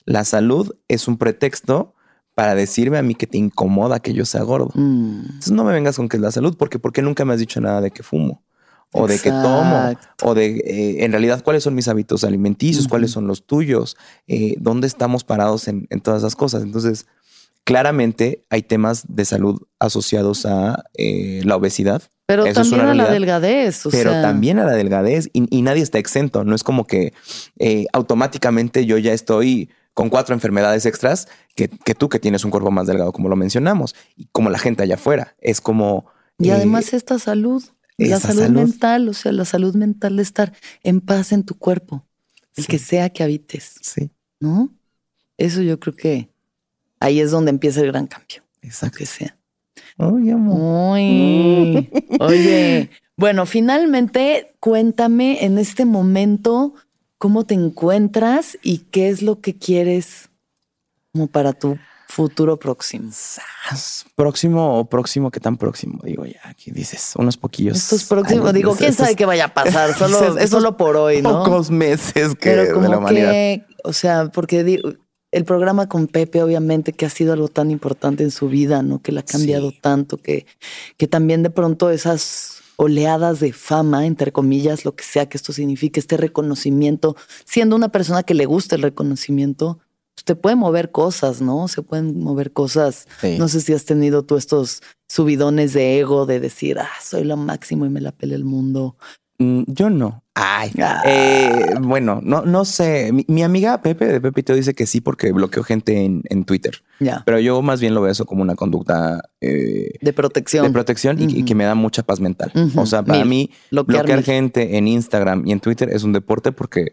La salud es un pretexto para decirme a mí que te incomoda que yo sea gordo. Entonces no me vengas con que es la salud, porque nunca me has dicho nada de que fumo o de que tomo o de en realidad cuáles son mis hábitos alimenticios, cuáles son los tuyos, dónde estamos parados en todas esas cosas. Entonces, claramente hay temas de salud asociados a la obesidad. Pero eso también a la delgadez. También a la delgadez y nadie está exento. No es como que automáticamente yo ya estoy con 4 enfermedades extras que tú que tienes un cuerpo más delgado, como lo mencionamos, y como la gente allá afuera. Es como... Y además esta salud, la salud mental, o sea, la salud mental de estar en paz en tu cuerpo, el que sea que habites. Sí. ¿No? Eso yo creo que ahí es donde empieza el gran cambio. Exacto. Que sea. Oye, amor. Oye, bueno, finalmente cuéntame en este momento cómo te encuentras y qué es lo que quieres como para tu futuro próximo. Próximo, ¿qué tan próximo? Digo, ya aquí dices unos poquillos. Estos próximos, digo, quién sabe qué vaya a pasar, solo por hoy, ¿no? Pocos meses que pero como de la humanidad. Que, o sea, porque digo, el programa con Pepe, obviamente, que ha sido algo tan importante en su vida, ¿no? Que la ha cambiado tanto, que también de pronto esas oleadas de fama, entre comillas, lo que sea que esto signifique, este reconocimiento, siendo una persona que le gusta el reconocimiento, te puede mover cosas, ¿no? Se pueden mover cosas. Sí. No sé si has tenido tú estos subidones de ego de decir, soy lo máximo y me la pela el mundo. Yo no. Bueno, no sé. Mi amiga Pepe de Pepe Teo dice que sí porque bloqueó gente en Twitter. Pero yo más bien lo veo eso como una conducta de protección. Y que me da mucha paz mental. O sea, para mí bloquear gente en Instagram y en Twitter es un deporte porque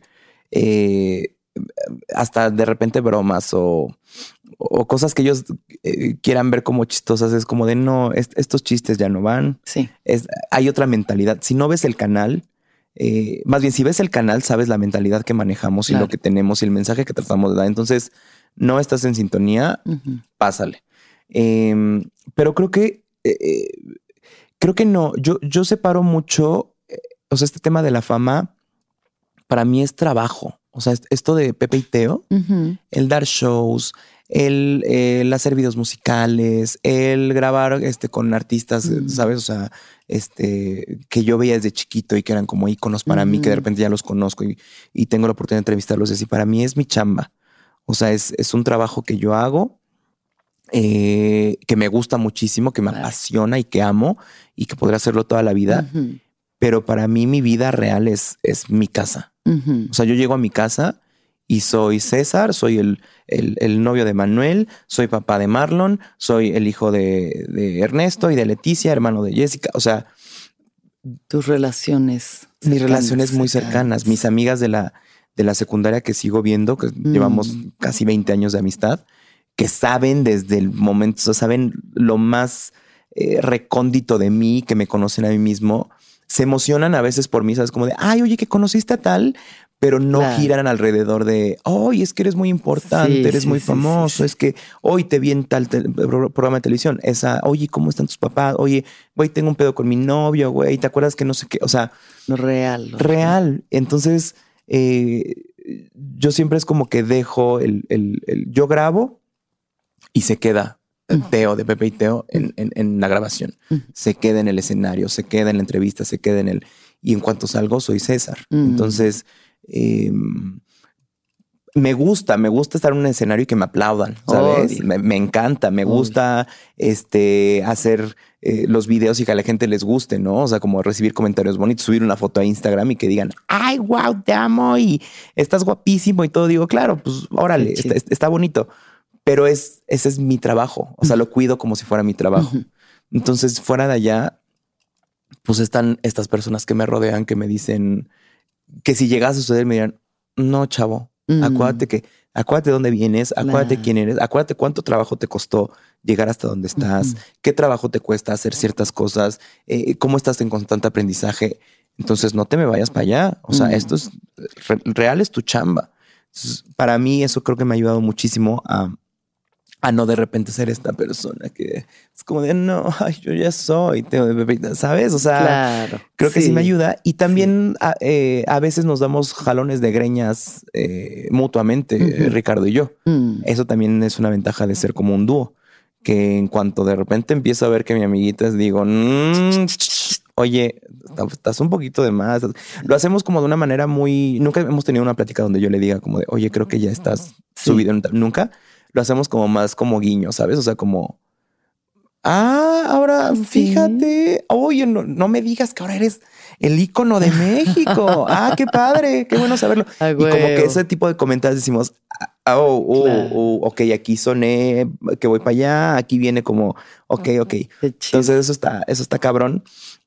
hasta de repente bromas o cosas que ellos quieran ver como chistosas es como de no, estos chistes ya no van. Sí. Hay otra mentalidad. Si no ves el canal, más bien si ves el canal, sabes la mentalidad que manejamos y lo que tenemos y el mensaje que tratamos de dar. Entonces no estás en sintonía, pásale. Pero creo que no. Yo separo mucho, o sea, este tema de la fama para mí es trabajo. O sea, esto de Pepe y Teo, el dar shows, el hacer videos musicales, el grabar con artistas, ¿sabes? O sea, que yo veía desde chiquito y que eran como íconos para mí, que de repente ya los conozco y tengo la oportunidad de entrevistarlos. Y para mí es mi chamba. O sea, es un trabajo que yo hago, que me gusta muchísimo, que me apasiona y que amo y que podré hacerlo toda la vida. Pero para mí mi vida real es mi casa. O sea, yo llego a mi casa y soy César, soy el novio de Manuel, soy papá de Marlon, soy el hijo de Ernesto y de Leticia, hermano de Jessica. O sea, tus relaciones. Mis relaciones muy cercanas. Mis amigas de la secundaria que sigo viendo, que llevamos casi 20 años de amistad, que saben desde el momento, o sea, saben lo más recóndito de mí, que me conocen a mí mismo. Se emocionan a veces por mí, ¿sabes? Como de, ay, oye, que conociste a tal, pero no giran alrededor de, oye, es que eres muy importante, eres muy famoso, es que hoy te vi en tal programa de televisión. Oye, ¿cómo están tus papás? Oye, güey, tengo un pedo con mi novio, güey, ¿te acuerdas que no sé qué? O sea, real. Entonces, yo siempre es como que dejo yo grabo y se queda. Teo de Pepe y Teo en la grabación. Se queda en el escenario, se queda en la entrevista, se queda y en cuanto salgo soy César. Entonces me gusta estar en un escenario y que me aplaudan, ¿sabes? Me encanta, me gusta hacer los videos y que a la gente les guste, ¿no? O sea, como recibir comentarios bonitos, subir una foto a Instagram y que digan, ay, wow, te amo y estás guapísimo y todo. Digo, claro, pues órale, está bonito. Pero ese es mi trabajo. O sea, lo cuido como si fuera mi trabajo. Entonces, fuera de allá, pues están estas personas que me rodean, que me dicen que si llegas a suceder, me dirán, no, chavo, acuérdate de dónde vienes, acuérdate quién eres, acuérdate cuánto trabajo te costó llegar hasta donde estás, qué trabajo te cuesta hacer ciertas cosas, cómo estás en constante aprendizaje. Entonces, no te me vayas para allá. O sea, esto es real, es tu chamba. Entonces, para mí, eso creo que me ha ayudado muchísimo a a no de repente ser esta persona que es como de no, ay, yo ya soy, ¿sabes? O sea, claro, creo que sí me ayuda. Y también a veces nos damos jalones de greñas mutuamente, Ricardo y yo. Eso también es una ventaja de ser como un dúo, que en cuanto de repente empiezo a ver que mi amiguita es, digo, oye, estás un poquito de más. Lo hacemos como de una manera muy... Nunca hemos tenido una plática donde yo le diga como de, oye, creo que ya estás subido. Nunca. Lo hacemos como más como guiño, ¿sabes? O sea, como... ahora fíjate. Oye, no me digas que ahora eres el ícono de México. Qué padre. Qué bueno saberlo. Y como que ese tipo de comentarios decimos... ok, aquí soné que voy para allá. Aquí viene como... Ok. Entonces eso está cabrón.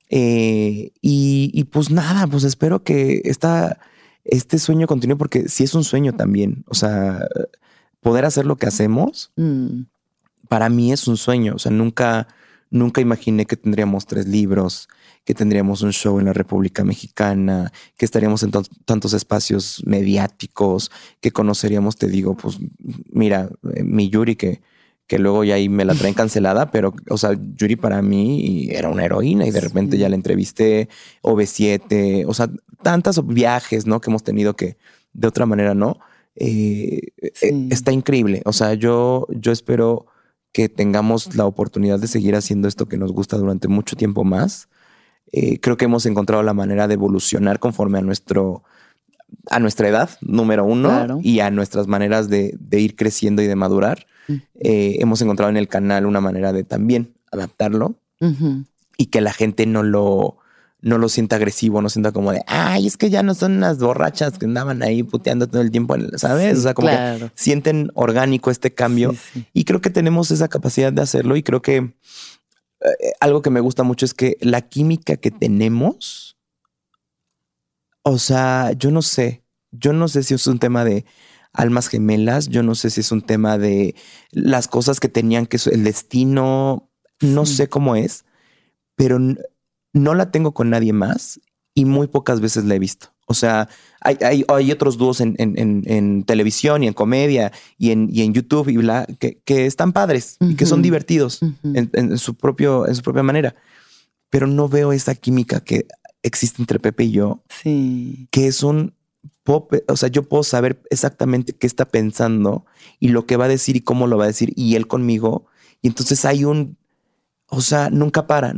Y pues nada, pues espero que este sueño continúe, porque sí es un sueño también. O sea, poder hacer lo que hacemos para mí es un sueño. O sea, nunca imaginé que tendríamos 3 libros, que tendríamos un show en la República Mexicana, que estaríamos en tantos espacios mediáticos, que conoceríamos, te digo, pues mira, mi Yuri, que luego ya ahí me la traen cancelada, pero, o sea, Yuri para mí era una heroína y de repente ya la entrevisté, OV7, o sea, tantos viajes, ¿no? Que hemos tenido que de otra manera, ¿no? Está increíble. O sea, yo espero que tengamos la oportunidad de seguir haciendo esto que nos gusta durante mucho tiempo más. Creo que hemos encontrado la manera de evolucionar conforme a nuestra edad, número 1, claro, y a nuestras maneras de ir creciendo y de madurar. Hemos encontrado en el canal una manera de también adaptarlo y que la gente no lo sienta agresivo, no sienta como de, es que ya no son unas borrachas que andaban ahí puteando todo el tiempo, ¿sabes? Sí, o sea, como que sienten orgánico este cambio. Y creo que tenemos esa capacidad de hacerlo, y creo que algo que me gusta mucho es que la química que tenemos, o sea, yo no sé si es un tema de almas gemelas, yo no sé si es un tema de las cosas que tenían que el destino, no sé cómo es, pero no la tengo con nadie más y muy pocas veces la he visto. O sea, hay otros dúos en televisión y en comedia y en YouTube y bla, que están padres y que son divertidos en su propia manera, pero no veo esa química que existe entre Pepe y yo, que es un pop. O sea, yo puedo saber exactamente qué está pensando y lo que va a decir y cómo lo va a decir, y él conmigo. Y entonces o sea, nunca para.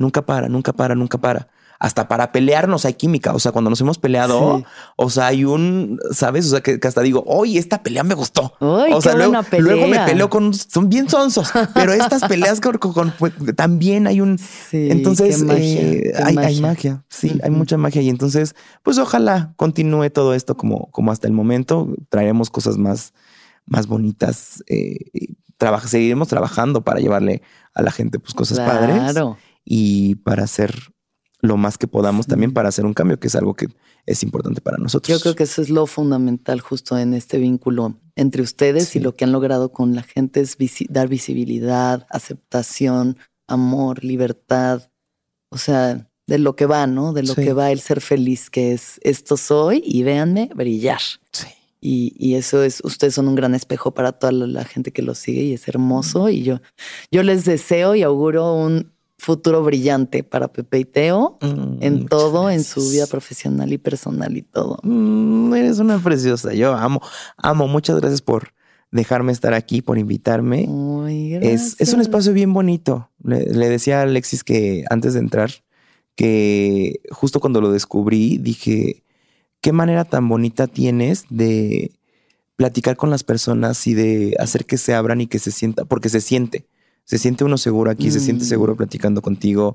Hasta para pelearnos hay química. O sea, cuando nos hemos peleado, o sea, hay ¿sabes? O sea, que hasta digo, oye, esta pelea me gustó. Uy, o sea, luego me peleo son bien sonsos, pero estas peleas pues, también hay entonces hay magia. Sí, hay mucha magia. Y entonces, pues ojalá continúe todo esto como hasta el momento. Traeremos cosas más bonitas. Seguiremos trabajando para llevarle a la gente pues cosas padres y para hacer lo más que podamos también para hacer un cambio, que es algo que es importante para nosotros. Yo creo que eso es lo fundamental justo en este vínculo entre ustedes, y lo que han logrado con la gente es dar visibilidad, aceptación, amor, libertad. O sea, de lo que va, ¿no? De lo que va el ser feliz, que es esto soy y véanme brillar. Sí. Y eso es, ustedes son un gran espejo para toda la gente que los sigue, y es hermoso. Y yo les deseo y auguro un futuro brillante para Pepe y Teo en todo, en su vida profesional y personal y todo. Eres una preciosa. Yo amo. Muchas gracias por dejarme estar aquí, por invitarme. Ay, gracias. Es un espacio bien bonito. Le decía a Alexis que antes de entrar, que justo cuando lo descubrí, dije, qué manera tan bonita tienes de platicar con las personas y de hacer que se abran y que se sienta, porque se siente uno seguro aquí, se siente seguro platicando contigo.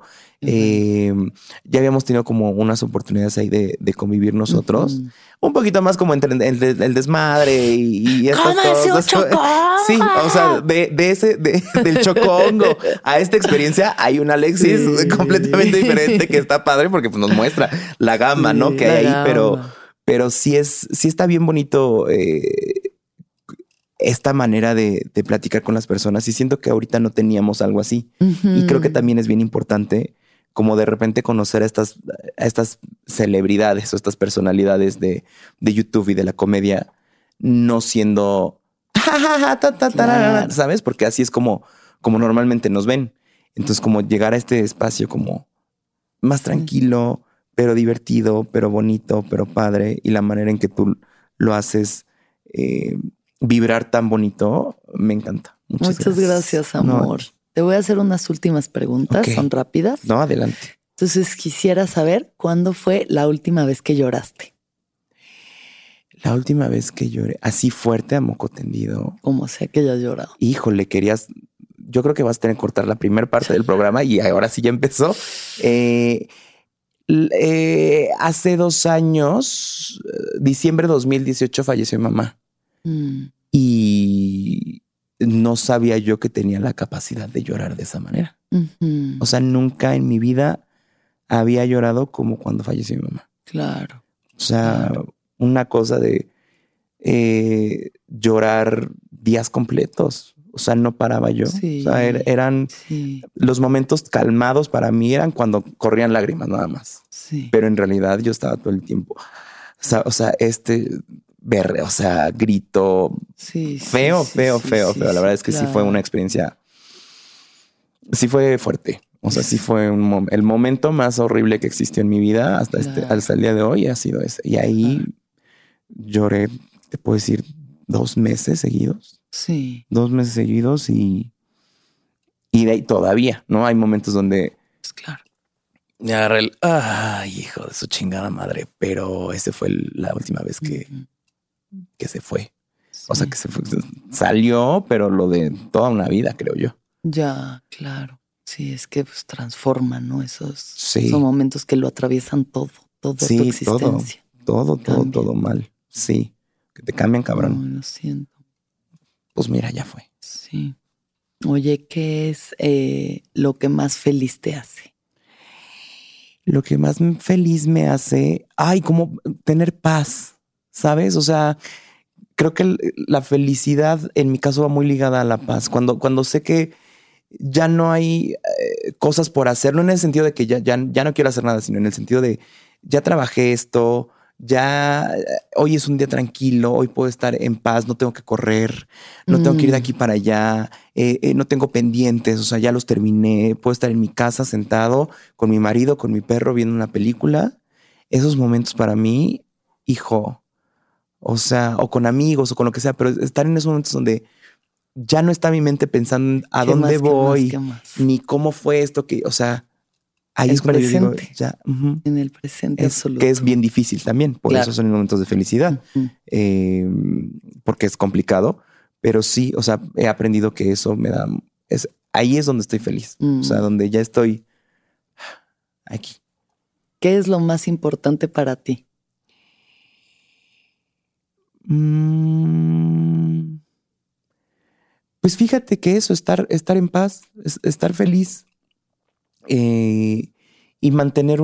Ya habíamos tenido como unas oportunidades ahí de convivir nosotros. Un poquito más como entre el desmadre y estas cosas. Sí, o sea, del chocongo a esta experiencia hay un Alexis completamente diferente, que está padre porque pues, nos muestra la gama, ¿no? Que hay ahí, pero sí está bien bonito esta manera de platicar con las personas, y siento que ahorita no teníamos algo así. Y creo que también es bien importante como de repente conocer a estas celebridades o estas personalidades de YouTube y de la comedia, no siendo Claro. ¿Sabes? Porque así es como normalmente nos ven. Entonces, como llegar a este espacio como más tranquilo, pero divertido, pero bonito, pero padre, y la manera en que tú lo haces vibrar tan bonito, me encanta. Muchas gracias, amor. No. Te voy a hacer unas últimas preguntas, Okay. son rápidas. No, adelante. Entonces quisiera saber cuándo fue la última vez que lloraste. La última vez que lloré así fuerte a moco tendido. Como sea que hayas llorado. Híjole, yo creo que vas a tener que cortar la primera parte del programa y ahora sí ya empezó. Hace 2 años, diciembre de 2018, falleció mi mamá. Y no sabía yo que tenía la capacidad de llorar de esa manera. O sea, nunca en mi vida había llorado como cuando falleció mi mamá. Claro. O sea, una cosa de llorar días completos. O sea, no paraba yo. Sí, o sea, eran los momentos calmados para mí eran cuando corrían lágrimas nada más. Sí. Pero en realidad yo estaba todo el tiempo. O sea, grito feo. La verdad es que sí fue una experiencia. Sí fue fuerte. O sea, sí fue el momento más horrible que existió en mi vida hasta el día de hoy ha sido ese. Y ahí lloré, te puedo decir, 2 meses seguidos. Sí. 2 meses seguidos y de ahí todavía, ¿no? Hay momentos donde pues claro. me agarré ay, hijo de su chingada madre. Pero ese fue la última vez que se fue. Sí. O sea, que se fue, salió, pero lo de toda una vida, creo yo. Ya, claro. Sí, es que pues transforman, ¿no? Son momentos que lo atraviesan todo tu existencia. Todo mal. Sí, que te cambian, cabrón. No, lo siento. Pues mira, ya fue. Sí. Oye, ¿qué es lo que más feliz te hace? Lo que más feliz me hace, como tener paz, ¿sabes? O sea, creo que la felicidad en mi caso va muy ligada a la paz. Cuando sé que ya no hay cosas por hacer, no en el sentido de que ya no quiero hacer nada, sino en el sentido de ya trabajé esto, ya hoy es un día tranquilo, hoy puedo estar en paz, no tengo que correr, no tengo que ir de aquí para allá, no tengo pendientes, o sea, ya los terminé, puedo estar en mi casa sentado con mi marido, con mi perro viendo una película. Esos momentos para mí, hijo, o sea, o con amigos o con lo que sea, pero estar en esos momentos donde ya no está mi mente pensando a dónde voy, ni cómo fue esto, o sea, ahí es cuando yo digo, ya. En el presente absoluto. Que es bien difícil también, por eso son momentos de felicidad, porque es complicado, pero sí, o sea, he aprendido que eso me da, ahí es donde estoy feliz, o sea, donde ya estoy aquí. ¿Qué es lo más importante para ti? Pues fíjate que eso, estar en paz, estar feliz y mantener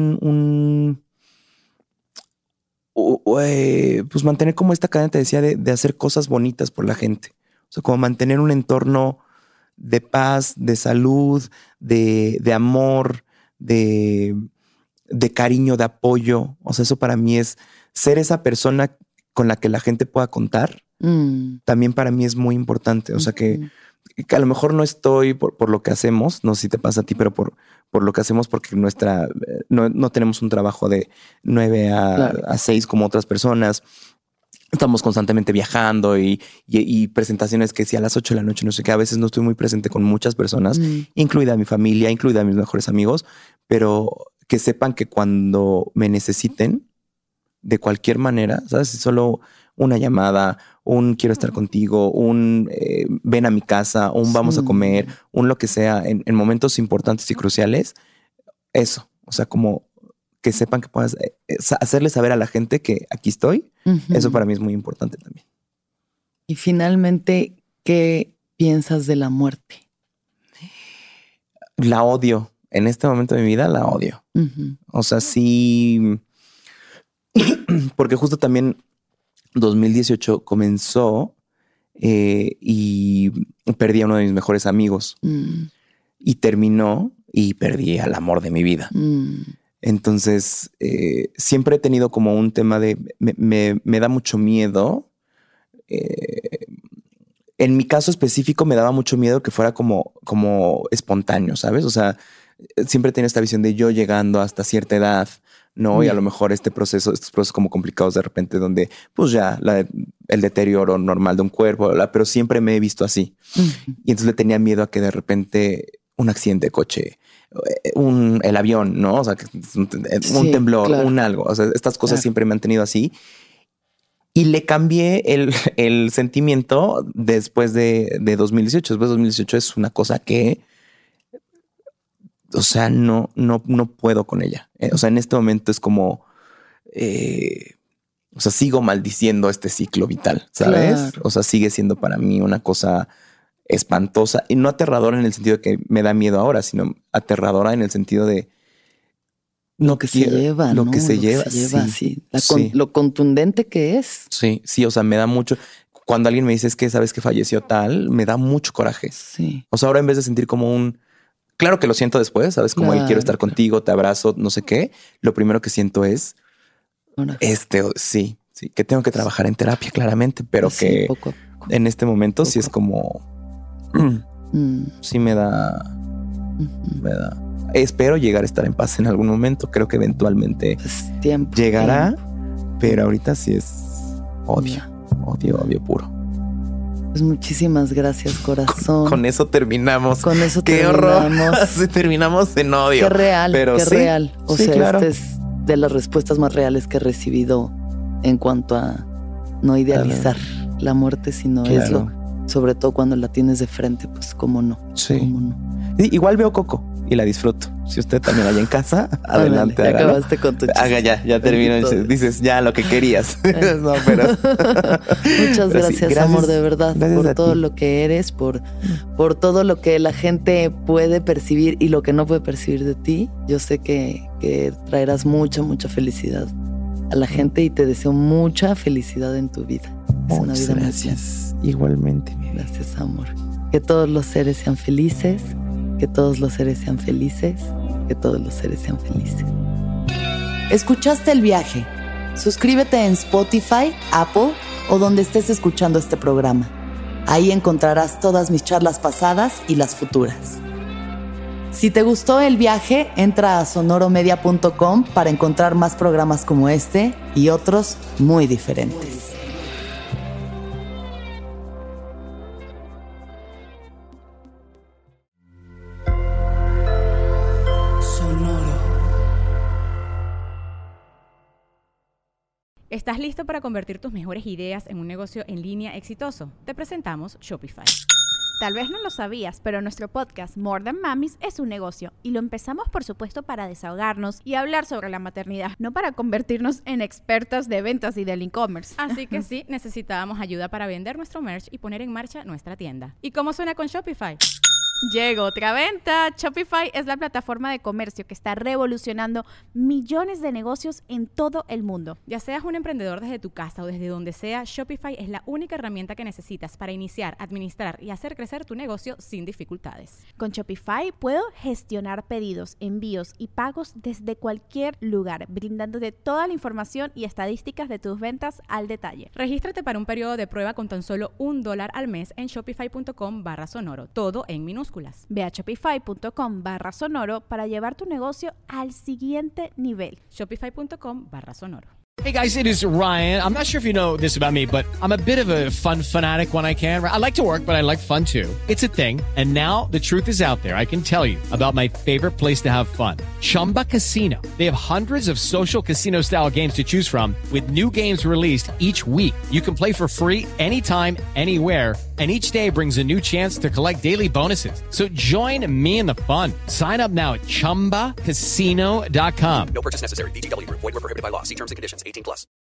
pues mantener como esta cadena, te decía, de hacer cosas bonitas por la gente. O sea, como mantener un entorno de paz, de salud, de amor, de cariño, de apoyo. O sea, eso para mí es ser esa persona con la que la gente pueda contar. También para mí es muy importante. O sea, que a lo mejor no estoy por lo que hacemos, no sé si te pasa a ti, pero por lo que hacemos, porque no tenemos un trabajo de 9 a 6 como otras personas. Estamos constantemente viajando y presentaciones que si a las 8 de la noche, no sé qué, a veces no estoy muy presente con muchas personas, incluida mi familia, incluida mis mejores amigos, pero que sepan que cuando me necesiten, de cualquier manera, ¿sabes? Solo una llamada, quiero estar contigo, ven a mi casa, vamos a comer, lo que sea, en momentos importantes y cruciales, eso, o sea, como que sepan que puedas hacerle saber a la gente que aquí estoy, eso para mí es muy importante también. Y finalmente, ¿qué piensas de la muerte? La odio, en este momento de mi vida la odio. O sea, sí, porque justo también 2018 comenzó y perdí a uno de mis mejores amigos y terminó y perdí al amor de mi vida. Entonces siempre he tenido como un tema de me da mucho miedo en mi caso específico me daba mucho miedo que fuera como espontáneo, ¿sabes? O sea, siempre tenía esta visión de yo llegando hasta cierta edad, ¿no? Y a lo mejor estos procesos como complicados de repente donde pues ya el deterioro normal de un cuerpo, pero siempre me he visto así. Y entonces le tenía miedo a que de repente un accidente de coche, el avión, ¿no? O sea, un temblor, claro, un algo. O sea, estas cosas siempre me han tenido así. Y le cambié el sentimiento después de 2018. Después de 2018 es una cosa que, o sea, no puedo con ella. O sea, en este momento es como, o sea, sigo maldiciendo este ciclo vital, ¿sabes? Claro. O sea, sigue siendo para mí una cosa espantosa y no aterradora en el sentido de que me da miedo ahora, sino aterradora en el sentido de lo que se lleva, lo que se lleva, sí. Lo contundente que es. Sí, o sea, me da mucho. Cuando alguien me dice es que sabes que falleció tal, me da mucho coraje. Sí. O sea, ahora en vez de sentir como claro que lo siento después, sabes, como quiero estar contigo, te abrazo, no sé qué. Lo primero que siento es sí, que tengo que trabajar en terapia, claramente, pero que poco a poco. En este momento sí es como sí me da. Espero llegar a estar en paz en algún momento. Creo que eventualmente llegará, pero ahorita sí es odio puro. Pues muchísimas gracias, corazón. Con eso terminamos. Qué horror. Terminamos en odio. Qué real, pero qué real. O sea, claro. Esta es de las respuestas más reales que he recibido en cuanto a no idealizar la muerte, sino es sobre todo cuando la tienes de frente, pues cómo no. Sí. ¿Cómo no? Sí, igual veo Coco y la disfruto. Si usted también allá en casa, adelante. Ya acabaste con tu chiste. Ya termino. Dices ya lo que querías. No, pero muchas gracias, amor, de verdad, por todo lo que eres, por todo lo que la gente puede percibir y lo que no puede percibir de ti. Yo sé que traerás mucha felicidad a la gente y te deseo mucha felicidad en tu vida. Es una vida gracias. Igualmente. Gracias, amor. Que todos los seres sean felices. Que todos los seres sean felices. Que todos los seres sean felices. ¿Escuchaste El Viaje? Suscríbete en Spotify, Apple o donde estés escuchando este programa. Ahí encontrarás todas mis charlas pasadas y las futuras. Si te gustó El Viaje, entra a sonoromedia.com para encontrar más programas como este y otros muy diferentes. ¿Estás listo para convertir tus mejores ideas en un negocio en línea exitoso? Te presentamos Shopify. Tal vez no lo sabías, pero nuestro podcast More Than Mamis es un negocio y lo empezamos, por supuesto, para desahogarnos y hablar sobre la maternidad, no para convertirnos en expertas de ventas y del e-commerce. Así que sí, necesitábamos ayuda para vender nuestro merch y poner en marcha nuestra tienda. ¿Y cómo suena con Shopify? Llegó otra venta. Shopify es la plataforma de comercio que está revolucionando millones de negocios en todo el mundo. Ya seas un emprendedor desde tu casa o desde donde sea, Shopify es la única herramienta que necesitas para iniciar, administrar y hacer crecer tu negocio sin dificultades. Con Shopify puedo gestionar pedidos, envíos y pagos desde cualquier lugar, brindándote toda la información y estadísticas de tus ventas al detalle. Regístrate para un periodo de prueba con tan solo $1 al mes en shopify.com/sonoro, todo en minúsculas. Ve a shopify.com/sonoro para llevar tu negocio al siguiente nivel. Shopify.com/sonoro. Hey guys, it is Ryan. I'm not sure if you know this about me, but I'm a bit of a fun fanatic when I can. I like to work, but I like fun too. It's a thing. And now the truth is out there. I can tell you about my favorite place to have fun. Chumba Casino. They have hundreds of social casino style games to choose from with new games released each week. You can play for free anytime, anywhere. And each day brings a new chance to collect daily bonuses. So join me in the fun. Sign up now at ChumbaCasino.com. No purchase necessary. VGW Group. Void where prohibited by law. See terms and conditions. 18+.